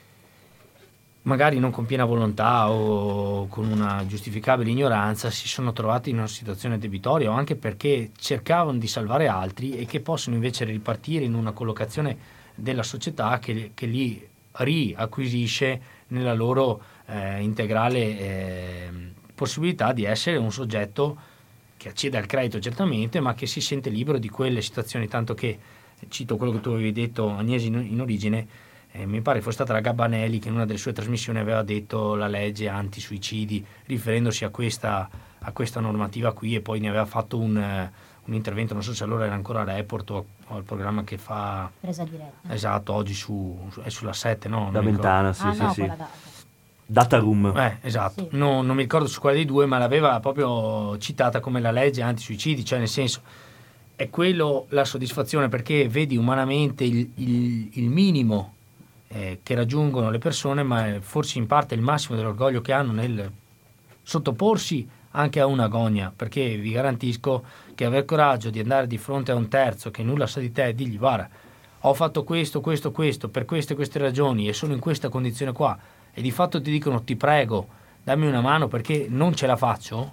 magari non con piena volontà o con una giustificabile ignoranza si sono trovati in una situazione debitoria o anche perché cercavano di salvare altri e che possono invece ripartire in una collocazione della società che, che li riacquisisce nella loro eh, integrale eh, possibilità di essere un soggetto che accede al credito certamente, ma che si sente libero di quelle situazioni, tanto che, cito quello che tu avevi detto Agnesi in, in origine, Eh, mi pare fosse stata la Gabbanelli che in una delle sue trasmissioni aveva detto la legge anti-suicidi riferendosi a questa, a questa normativa qui, e poi ne aveva fatto un, uh, un intervento, non so se allora era ancora Report o, o il programma che fa Presa diretta. esatto oggi su, su, è sulla sette, no? Da Non mi ricordo. Mentana, sì, ah, sì, no, sì. quella da... Data Room. Eh, esatto, Sì. no, non mi ricordo su quale dei due, ma l'aveva proprio citata come la legge anti-suicidi, cioè nel senso è quello la soddisfazione perché vedi umanamente il, il, il minimo Eh, che raggiungono le persone, ma è forse in parte il massimo dell'orgoglio che hanno nel sottoporsi anche a una gogna, perché vi garantisco che aver coraggio di andare di fronte a un terzo che nulla sa di te e dirgli guarda, ho fatto questo, questo, questo, per queste e queste ragioni e sono in questa condizione qua, e di fatto ti dicono ti prego, dammi una mano perché non ce la faccio,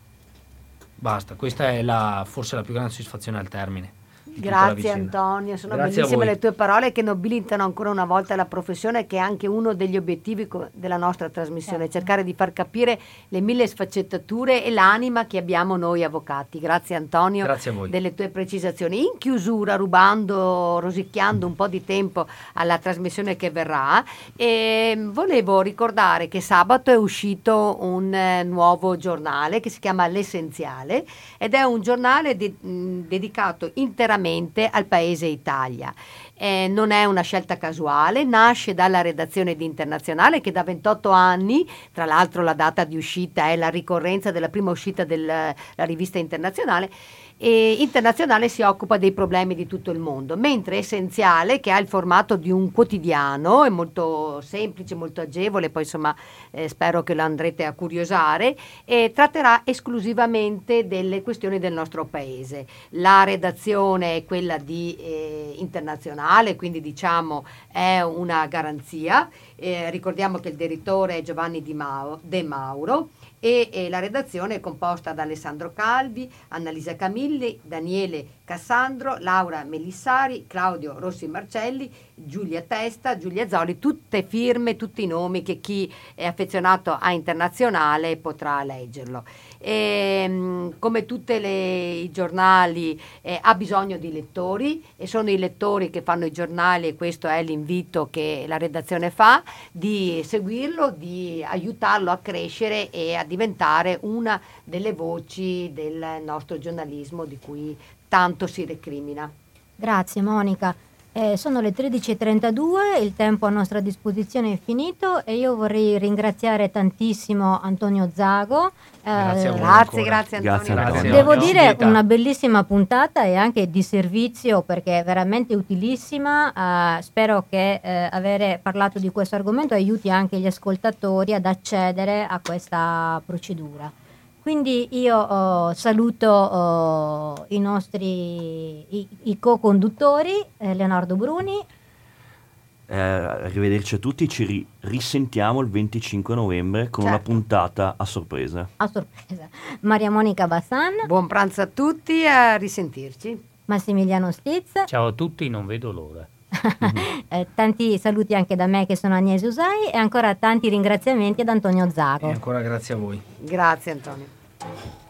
basta, questa è la, forse la più grande soddisfazione al termine. Grazie Antonio, sono Grazie bellissime le tue parole che nobilitano ancora una volta la professione, che è anche uno degli obiettivi co- della nostra trasmissione, Certo. cercare di far capire le mille sfaccettature e l'anima che abbiamo noi avvocati. Grazie Antonio Grazie a voi. delle tue precisazioni. In chiusura, rubando, rosicchiando un po' di tempo alla trasmissione che verrà, e volevo ricordare che sabato è uscito un eh, nuovo giornale che si chiama L'Essenziale ed è un giornale de- mh, dedicato interamente al paese Italia. Eh, non è una scelta casuale, nasce dalla redazione di Internazionale che da ventotto anni, tra l'altro la data di uscita è la ricorrenza della prima uscita della rivista Internazionale, e Internazionale si occupa dei problemi di tutto il mondo, mentre Essenziale, che ha il formato di un quotidiano, è molto semplice, molto agevole, poi insomma eh, spero che lo andrete a curiosare, e tratterà esclusivamente delle questioni del nostro paese. La redazione è quella di eh, Internazionale, quindi diciamo è una garanzia. Eh, ricordiamo che il direttore è Giovanni Di Mau- De Mauro, e, e la redazione è composta da Alessandro Calvi, Annalisa Camilli, Daniele Cassandro, Laura Melissari, Claudio Rossi Marcelli, Giulia Testa, Giulia Zoli, tutte firme, tutti i nomi che chi è affezionato a Internazionale potrà leggerlo. E, mh, come tutti i giornali eh, ha bisogno di lettori, e sono i lettori che fanno i giornali, e questo è l'invito che la redazione fa, di seguirlo, di aiutarlo a crescere e a diventare una delle voci del nostro giornalismo di cui tanto si recrimina. Grazie Monica. Eh, sono le tredici e trentadue, il tempo a nostra disposizione è finito e io vorrei ringraziare tantissimo Antonio Zago. Grazie a voi Grazie, ancora. grazie Antonio. Grazie, Grazie. Antonio. Devo No, dire ospitalità. una bellissima puntata e anche di servizio perché è veramente utilissima. Eh, spero che eh, avere parlato di questo argomento aiuti anche gli ascoltatori ad accedere a questa procedura. Quindi io oh, saluto oh, i nostri i, i co-conduttori, eh, Leonardo Bruni. Eh, arrivederci a tutti, ci ri- risentiamo il venticinque novembre con una Certo. puntata a sorpresa. A sorpresa, Maria Monica Bassan, Buon pranzo a tutti, a risentirci. Massimiliano Stiz. Ciao a tutti, non vedo l'ora. eh, tanti saluti anche da me che sono Agnese Usai, e ancora tanti ringraziamenti ad Antonio Zago. E ancora grazie a voi. Grazie Antonio.